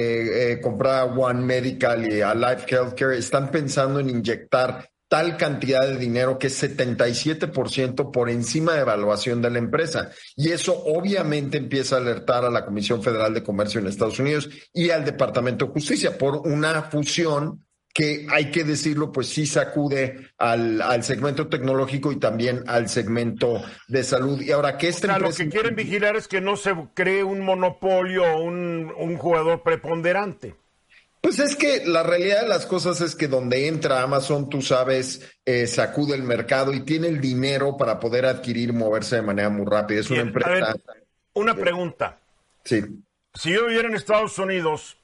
S5: a One Medical y a Life Healthcare, están pensando en inyectar tal cantidad de dinero que es 77% por encima de evaluación de la empresa. Y eso obviamente empieza a alertar a la Comisión Federal de Comercio en Estados Unidos y al Departamento de Justicia por una fusión que, hay que decirlo, pues sí sacude al segmento tecnológico y también al segmento de salud. Y ahora que
S3: lo que quieren vigilar es que no se cree un monopolio o un jugador preponderante.
S5: Pues es que la realidad de las cosas es que donde entra Amazon, tú sabes, sacude el mercado y tiene el dinero para poder adquirir y moverse de manera muy rápida. Es una empresa.
S3: A ver, una pregunta.
S5: Sí.
S3: Si yo viviera en Estados Unidos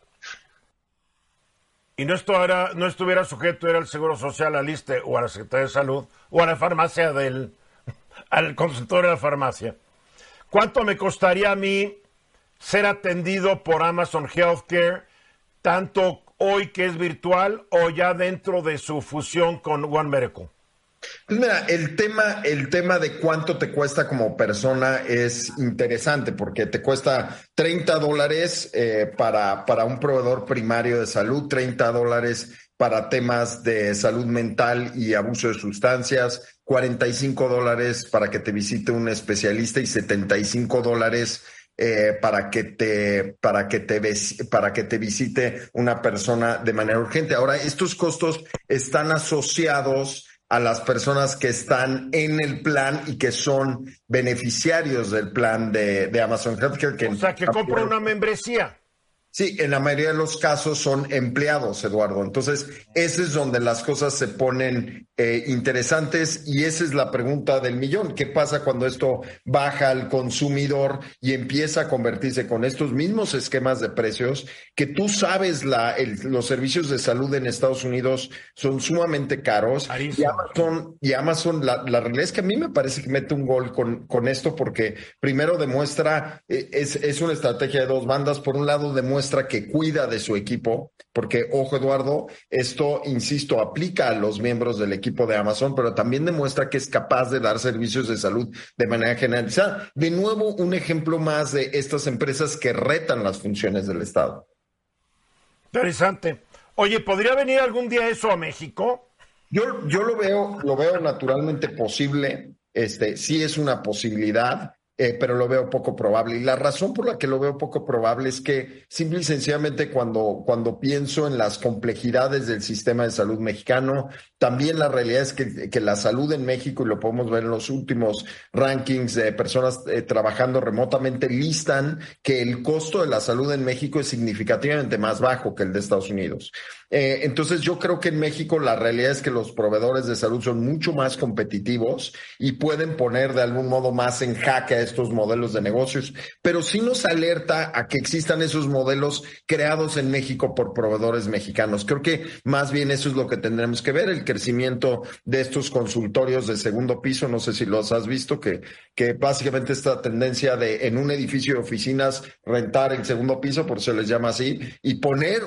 S3: y no estuviera sujeto a ir al Seguro Social, al ISSSTE o a la Secretaría de Salud o a la farmacia al consultorio de la farmacia, ¿cuánto me costaría a mí ser atendido por Amazon Healthcare, tanto hoy que es virtual o ya dentro de su fusión con One Medical?
S5: Pues mira, el tema de cuánto te cuesta como persona es interesante, porque te cuesta $30 para un proveedor primario de salud, $30 para temas de salud mental y abuso de sustancias, $45 para que te visite un especialista y $75 para que te visite una persona de manera urgente. Ahora, estos costos están asociados a las personas que están en el plan y que son beneficiarios del plan de Amazon Healthcare.
S3: O sea, que compra una membresía.
S5: Sí, en la mayoría de los casos son empleados, Eduardo. Entonces, ese es donde las cosas se ponen interesantes y esa es la pregunta del millón. ¿Qué pasa cuando esto baja al consumidor y empieza a convertirse con estos mismos esquemas de precios que tú sabes los servicios de salud en Estados Unidos son sumamente caros? Y Amazon, la realidad es que a mí me parece que mete un gol con esto porque primero demuestra, es una estrategia de dos bandas. Por un lado, demuestra que cuida de su equipo, porque, ojo, Eduardo, esto, insisto, aplica a los miembros del equipo de Amazon, pero también demuestra que es capaz de dar servicios de salud de manera generalizada. De nuevo, un ejemplo más de estas empresas que retan las funciones del Estado.
S3: Interesante. Oye, ¿podría venir algún día eso a México?
S5: Yo lo veo naturalmente posible. Sí es una posibilidad. pero lo veo poco probable. Y la razón por la que lo veo poco probable es que simple y sencillamente cuando pienso en las complejidades del sistema de salud mexicano, también la realidad es que la salud en México, y lo podemos ver en los últimos rankings de personas trabajando remotamente, listan que el costo de la salud en México es significativamente más bajo que el de Estados Unidos. Entonces yo creo que en México la realidad es que los proveedores de salud son mucho más competitivos y pueden poner de algún modo más en jaque a estos modelos de negocios, pero sí nos alerta a que existan esos modelos creados en México por proveedores mexicanos. Creo que más bien eso es lo que tendremos que ver, el crecimiento de estos consultorios de segundo piso, no sé si los has visto, que básicamente esta tendencia de en un edificio de oficinas rentar el segundo piso, por eso se les llama así, y poner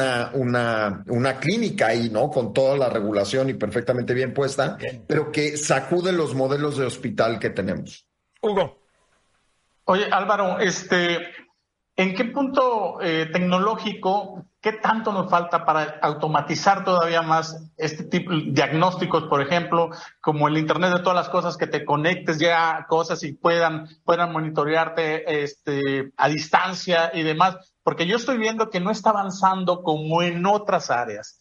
S5: una clínica ahí, ¿no? Con toda la regulación y perfectamente bien puesta, pero que sacude los modelos de hospital que tenemos.
S3: Hugo.
S6: Oye, Álvaro, ¿en qué punto tecnológico, qué tanto nos falta para automatizar todavía más este tipo de diagnósticos, por ejemplo, como el Internet de todas las cosas, que te conectes ya a cosas y puedan monitorearte a distancia y demás? Porque yo estoy viendo que no está avanzando como en otras áreas.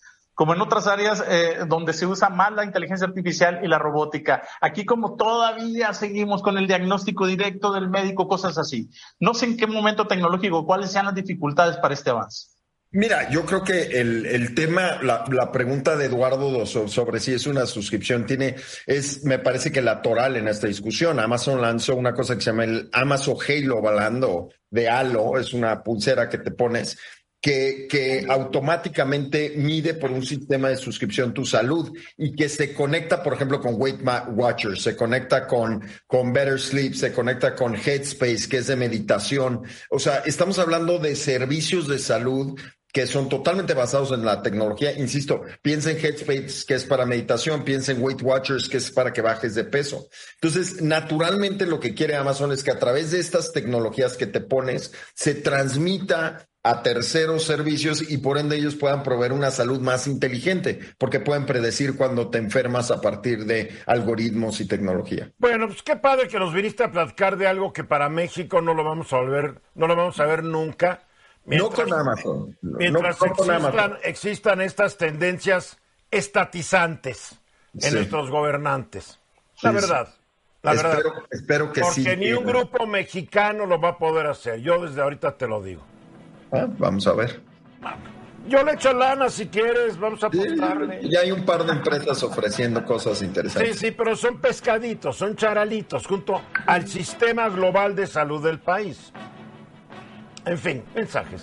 S6: Donde se usa más la inteligencia artificial y la robótica. Aquí como todavía seguimos con el diagnóstico directo del médico, cosas así. No sé en qué momento tecnológico, cuáles sean las dificultades para este avance.
S5: Mira, yo creo que el tema, la pregunta de Eduardo sobre si es una suscripción me parece que la toral en esta discusión. Amazon lanzó una cosa que se llama el Amazon Halo Band de Halo, es una pulsera que te pones que automáticamente mide por un sistema de suscripción tu salud y que se conecta, por ejemplo, con Weight Watchers, se conecta con Better Sleep, se conecta con Headspace, que es de meditación. O sea, estamos hablando de servicios de salud que son totalmente basados en la tecnología. Insisto, piensa en Headspace, que es para meditación, piensa en Weight Watchers, que es para que bajes de peso. Entonces, naturalmente lo que quiere Amazon es que a través de estas tecnologías que te pones, se transmita a terceros servicios y por ende ellos puedan proveer una salud más inteligente, porque pueden predecir cuando te enfermas a partir de algoritmos y tecnología.
S3: Bueno, pues qué padre que nos viniste a platicar de algo que para México no lo vamos a ver nunca.
S5: No con Amazon.
S3: Mientras existan estas tendencias estatizantes en nuestros gobernantes. La verdad.
S5: Espero que
S3: porque
S5: sí.
S3: Porque ni un grupo mexicano lo va a poder hacer. Yo desde ahorita te lo digo.
S5: Vamos a ver.
S3: Yo le echo lana si quieres, vamos a apostarle.
S5: Ya hay un par de empresas ofreciendo cosas interesantes.
S3: Sí, pero son pescaditos, son charalitos, junto al sistema global de salud del país. En fin, mensajes.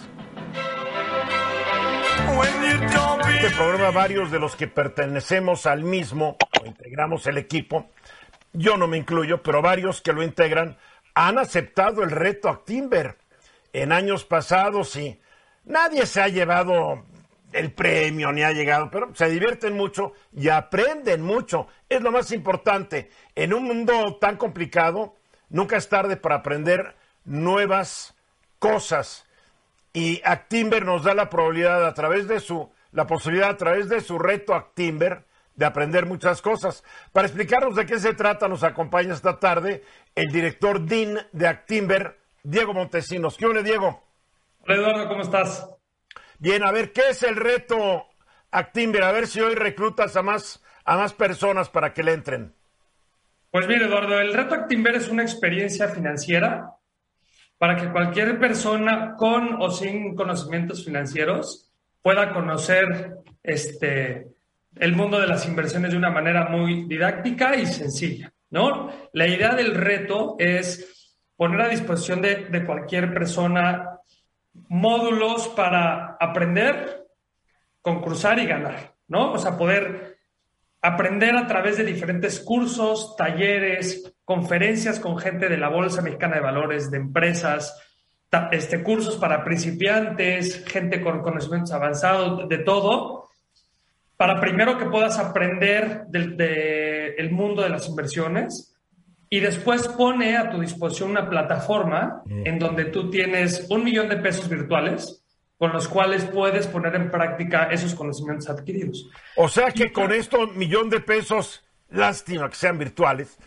S3: Este programa, varios de los que pertenecemos al mismo, o integramos el equipo, yo no me incluyo, pero varios que lo integran, han aceptado el reto Actinver. En años pasados, y nadie se ha llevado el premio ni ha llegado, pero se divierten mucho y aprenden mucho. Es lo más importante. En un mundo tan complicado, nunca es tarde para aprender nuevas cosas. Y Actinver nos da la posibilidad a través de su reto Actinver de aprender muchas cosas. Para explicarnos de qué se trata, nos acompaña esta tarde el director DIN de Actinver, Diego Montesinos. ¿Qué ole, Diego?
S8: Hola, Eduardo, ¿cómo estás?
S3: Bien, a ver, ¿qué es el reto Actinver? A ver si hoy reclutas a más personas para que le entren.
S8: Pues mire, Eduardo, el reto Actinver es una experiencia financiera para que cualquier persona con o sin conocimientos financieros pueda conocer el mundo de las inversiones de una manera muy didáctica y sencilla, ¿no? La idea del reto es poner a disposición de cualquier persona módulos para aprender, concursar y ganar, ¿no? O sea, poder aprender a través de diferentes cursos, talleres, conferencias con gente de la Bolsa Mexicana de Valores, de empresas, cursos para principiantes, gente con conocimientos avanzados, de todo, para primero que puedas aprender del mundo de las inversiones. Y después pone a tu disposición una plataforma en donde tú tienes 1 millón de pesos virtuales con los cuales puedes poner en práctica esos conocimientos adquiridos.
S3: O sea que con estos 1 millón de pesos, lástima que sean virtuales,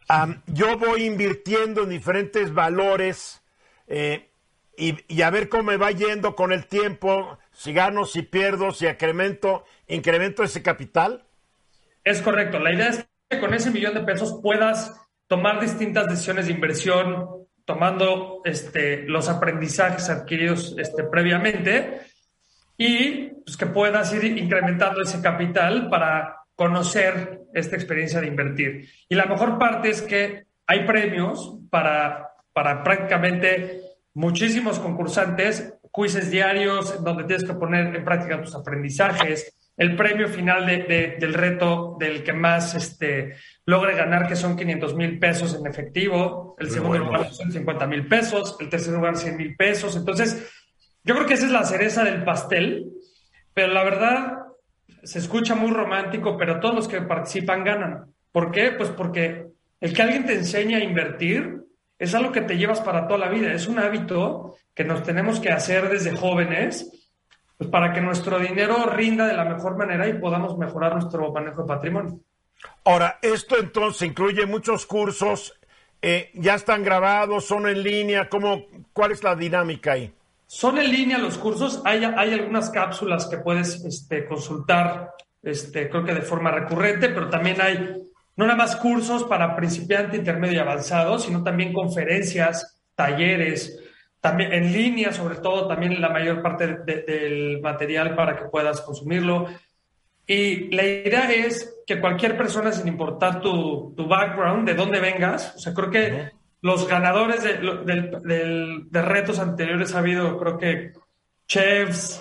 S3: Yo voy invirtiendo en diferentes valores y a ver cómo me va yendo con el tiempo, si gano, si pierdo, si incremento ese capital.
S8: Es correcto. La idea es que con ese $1,000,000 puedas tomar distintas decisiones de inversión, tomando los aprendizajes adquiridos previamente y pues, que puedas ir incrementando ese capital para conocer esta experiencia de invertir. Y la mejor parte es que hay premios para prácticamente muchísimos concursantes, quizzes diarios donde tienes que poner en práctica tus aprendizajes, el premio final del reto del que más logre ganar, que son $500,000 en efectivo, el segundo lugar son $50,000, el tercer lugar $100,000. Entonces, yo creo que esa es la cereza del pastel, pero la verdad se escucha muy romántico, pero todos los que participan ganan. ¿Por qué? Pues porque el que alguien te enseñe a invertir es algo que te llevas para toda la vida. Es un hábito que nos tenemos que hacer desde jóvenes, pues para que nuestro dinero rinda de la mejor manera y podamos mejorar nuestro manejo de patrimonio.
S3: Ahora, esto entonces incluye muchos cursos, ya están grabados, son en línea, ¿cuál es la dinámica ahí?
S8: Son en línea los cursos, hay algunas cápsulas que puedes consultar, creo que de forma recurrente, pero también hay no nada más cursos para principiante, intermedio y avanzado, sino también conferencias, talleres, también en línea, sobre todo, también la mayor parte del material para que puedas consumirlo. Y la idea es que cualquier persona, sin importar tu background, de dónde vengas, o sea, creo que los ganadores de retos anteriores ha habido, creo que, chefs,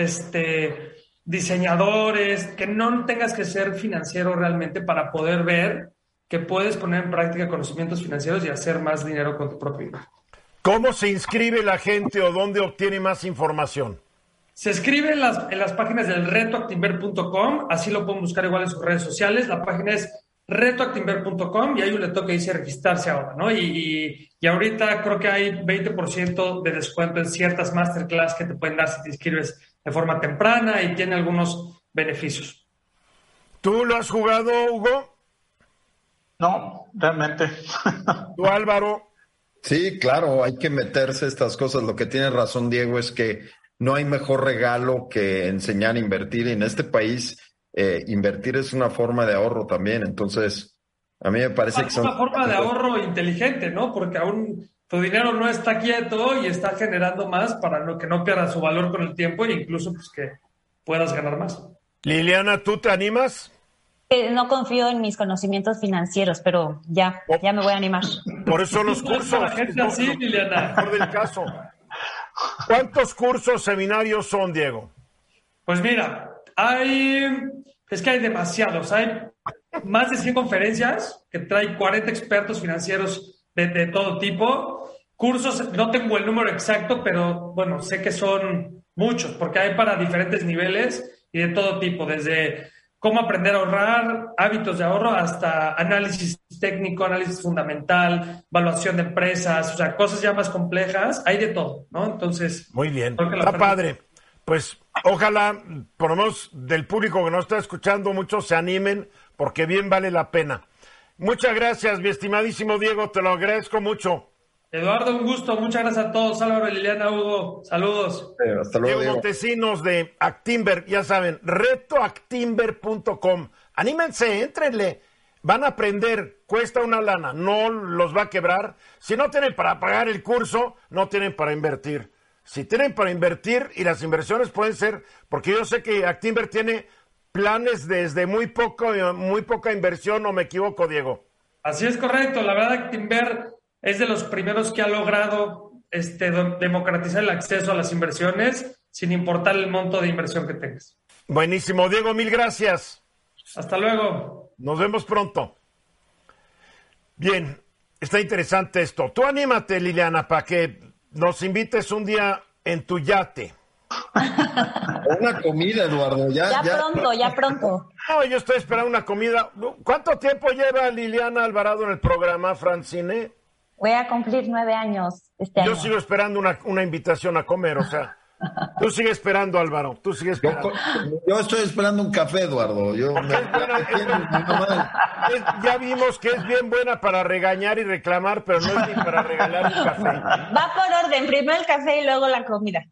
S8: diseñadores, que no tengas que ser financiero realmente para poder ver que puedes poner en práctica conocimientos financieros y hacer más dinero con tu propio dinero.
S3: ¿Cómo se inscribe la gente o dónde obtiene más información?
S8: Se escribe en las páginas del retoactinver.com, así lo pueden buscar igual en sus redes sociales. La página es retoactinver.com y hay un letrero que dice registrarse ahora, ¿no? Y ahorita creo que hay 20% de descuento en ciertas masterclass que te pueden dar si te inscribes de forma temprana y tiene algunos beneficios.
S3: ¿Tú lo has jugado, Hugo?
S6: No, realmente.
S3: ¿Tú, Álvaro?
S5: Sí, claro, hay que meterse estas cosas. Lo que tiene razón Diego es que no hay mejor regalo que enseñar a invertir. Y en este país, invertir es una forma de ahorro también. Entonces, a mí me parece que
S8: es una forma de ahorro inteligente, ¿no? Porque aún tu dinero no está quieto y está generando más para que no pierda su valor con el tiempo e incluso pues, que puedas ganar más.
S3: Liliana, ¿tú te animas?
S4: No confío en mis conocimientos financieros, pero ya me voy a animar.
S3: Por eso los cursos.
S8: La gente así, Liliana.
S3: Mejor del caso. ¿Cuántos cursos, seminarios son, Diego?
S8: Pues mira, hay demasiados. Hay más de 100 conferencias que traen 40 expertos financieros de todo tipo. Cursos, no tengo el número exacto, pero bueno, sé que son muchos, porque hay para diferentes niveles y de todo tipo, desde cómo aprender a ahorrar, hábitos de ahorro, hasta análisis técnico, análisis fundamental, evaluación de empresas, o sea, cosas ya más complejas, hay de todo, ¿no? Entonces...
S3: Muy bien, está padre. Pues ojalá, por lo menos del público que nos está escuchando, muchos se animen, porque bien vale la pena. Muchas gracias, mi estimadísimo Diego, te lo agradezco mucho.
S8: Eduardo, un gusto, muchas gracias a todos. Álvaro, Liliana, Hugo, saludos.
S5: Hasta luego,
S3: Diego Montesinos de Actinver, ya saben, retoactinver.com. Anímense, éntrenle, van a aprender, cuesta una lana, no los va a quebrar. Si no tienen para pagar el curso, no tienen para invertir. Si tienen para invertir, y las inversiones pueden ser, porque yo sé que Actinver tiene planes desde muy poca inversión, ¿o me equivoco, Diego?
S8: Así es correcto, la verdad Actinver es de los primeros que ha logrado democratizar el acceso a las inversiones sin importar el monto de inversión que tengas.
S3: Buenísimo, Diego, mil gracias.
S8: Hasta luego.
S3: Nos vemos pronto. Bien, está interesante esto. Tú anímate, Liliana, para que nos invites un día en tu yate.
S5: Una comida, Eduardo. Ya
S4: pronto.
S3: No, yo estoy esperando una comida. ¿Cuánto tiempo lleva Liliana Alvarado en el programa, Francine?
S4: Voy a cumplir 9 años este año.
S3: Yo sigo esperando una invitación a comer, o sea, Tú sigues esperando, Álvaro. Tú sigues esperando.
S5: Yo estoy esperando un café, Eduardo.
S3: Ya vimos que es bien buena para regañar y reclamar, pero no es ni para regalar un café.
S4: Va por orden, primero el café y luego la comida.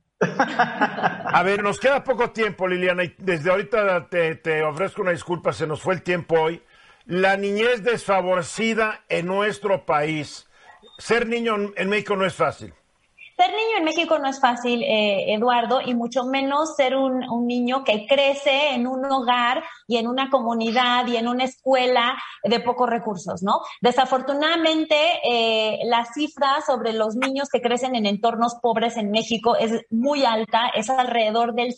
S3: A ver, nos queda poco tiempo, Liliana, y desde ahorita te ofrezco una disculpa, se nos fue el tiempo hoy. La niñez desfavorecida en nuestro país. Ser niño en México no es fácil.
S4: Ser niño en México no es fácil, Eduardo, y mucho menos ser un niño que crece en un hogar y en una comunidad y en una escuela de pocos recursos, ¿no? Desafortunadamente, la cifra sobre los niños que crecen en entornos pobres en México es muy alta, es alrededor del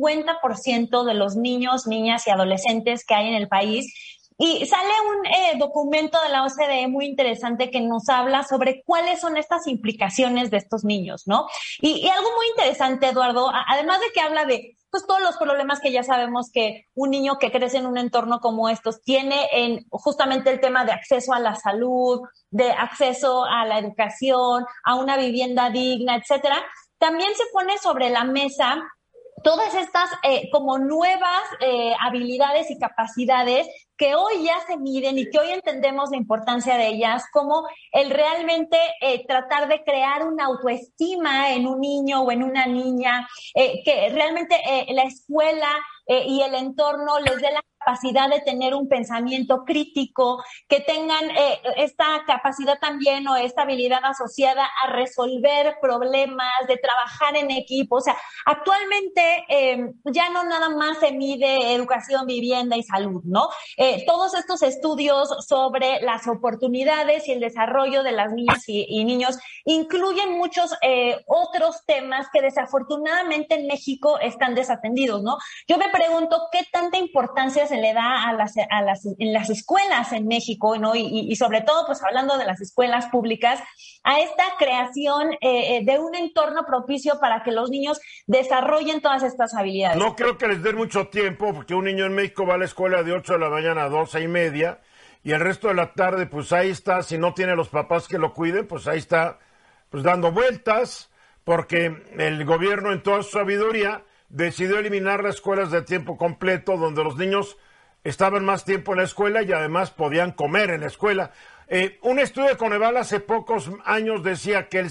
S4: 50% de los niños, niñas y adolescentes que hay en el país. Y sale un documento de la OCDE muy interesante que nos habla sobre cuáles son estas implicaciones de estos niños, ¿no? Y algo muy interesante, Eduardo, además de que habla de pues todos los problemas que ya sabemos que un niño que crece en un entorno como estos tiene en justamente el tema de acceso a la salud, de acceso a la educación, a una vivienda digna, etcétera. También se pone sobre la mesa todas estas como nuevas habilidades y capacidades que hoy ya se miden y que hoy entendemos la importancia de ellas, como el realmente tratar de crear una autoestima en un niño o en una niña, que realmente la escuela y el entorno les dé la capacidad de tener un pensamiento crítico, que tengan esta capacidad también o esta habilidad asociada a resolver problemas, de trabajar en equipo. O sea, actualmente ya no nada más se mide educación, vivienda y salud, ¿no? Todos estos estudios sobre las oportunidades y el desarrollo de las niñas y niños incluyen muchos otros temas que desafortunadamente en México están desatendidos, ¿no? Yo me pregunto qué tanta importancia se le da en las escuelas en México, ¿no? Y sobre todo, pues hablando de las escuelas públicas, a esta creación de un entorno propicio para que los niños desarrollen todas estas habilidades.
S3: No creo que les den mucho tiempo, porque un niño en México va a la escuela de 8 de la mañana a 12:30, y el resto de la tarde, pues ahí está, si no tiene los papás que lo cuiden, pues ahí está, pues dando vueltas, porque el gobierno en toda su sabiduría decidió eliminar las escuelas de tiempo completo, donde los niños estaban más tiempo en la escuela y además podían comer en la escuela. Un estudio de Coneval hace pocos años decía que el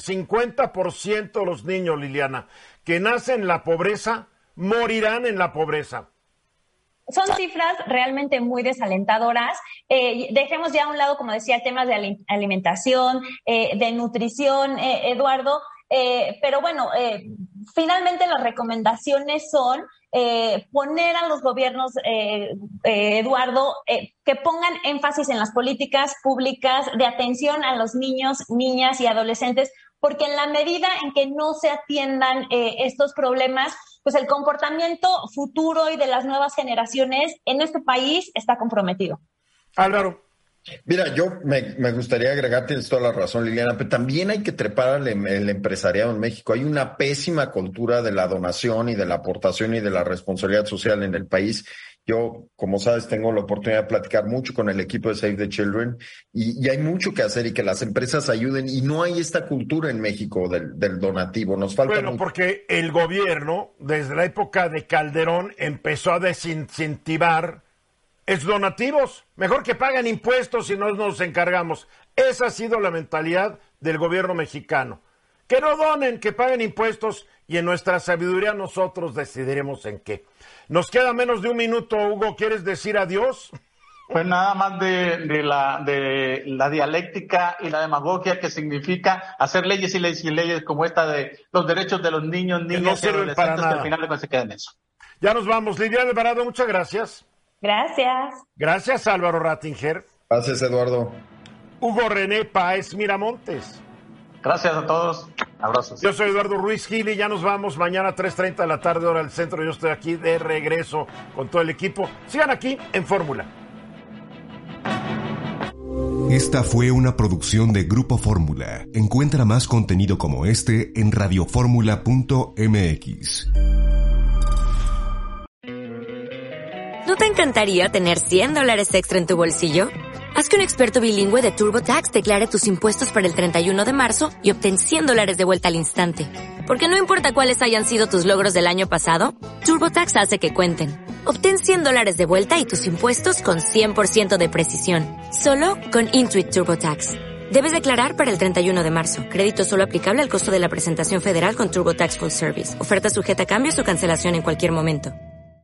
S3: 50% de los niños, Liliana, que nacen en la pobreza, morirán en la pobreza.
S4: Son cifras realmente muy desalentadoras. Dejemos ya a un lado, como decía, temas de alimentación, de nutrición, Eduardo, pero bueno, finalmente las recomendaciones son poner a los gobiernos, Eduardo, que pongan énfasis en las políticas públicas de atención a los niños, niñas y adolescentes, porque en la medida en que no se atiendan estos problemas, pues el comportamiento futuro y de las nuevas generaciones en este país está comprometido.
S3: Álvaro.
S5: Mira, yo me gustaría agregar, tienes toda la razón, Liliana, pero también hay que trepar el empresariado en México. Hay una pésima cultura de la donación y de la aportación y de la responsabilidad social en el país. Yo, como sabes, tengo la oportunidad de platicar mucho con el equipo de Save the Children y hay mucho que hacer y que las empresas ayuden, y no hay esta cultura en México del donativo. Nos falta mucho.
S3: Porque el gobierno, desde la época de Calderón, empezó a desincentivar esos donativos. Mejor que paguen impuestos y no nos encargamos. Esa ha sido la mentalidad del gobierno mexicano. Que no donen, que paguen impuestos, y en nuestra sabiduría nosotros decidiremos en qué. Nos queda menos de un minuto, Hugo. ¿Quieres decir adiós?
S6: Pues nada más de la dialéctica y la demagogia que significa hacer leyes y leyes y leyes como esta de los derechos de los niños, niñas y adolescentes, que al final no se queda en eso.
S3: Ya nos vamos. Liliana Alvarado, muchas gracias.
S4: Gracias.
S3: Gracias, Álvaro Rattinger.
S5: Gracias, Eduardo.
S3: Hugo René Páez Miramontes.
S6: Gracias a todos. Abrazos.
S3: Yo soy Eduardo Ruiz Gil y ya nos vamos mañana 3:30 de la tarde, hora del centro. Yo estoy aquí de regreso con todo el equipo. Sigan aquí en Fórmula.
S2: Esta fue una producción de Grupo Fórmula. Encuentra más contenido como este en radioformula.mx.
S9: ¿No te encantaría tener $100 extra en tu bolsillo? Haz que un experto bilingüe de TurboTax declare tus impuestos para el 31 de marzo y obtén $100 de vuelta al instante. Porque no importa cuáles hayan sido tus logros del año pasado, TurboTax hace que cuenten. Obtén $100 de vuelta y tus impuestos con 100% de precisión. Solo con Intuit TurboTax. Debes declarar para el 31 de marzo. Crédito solo aplicable al costo de la presentación federal con TurboTax Full Service. Oferta sujeta a cambios o cancelación en cualquier momento.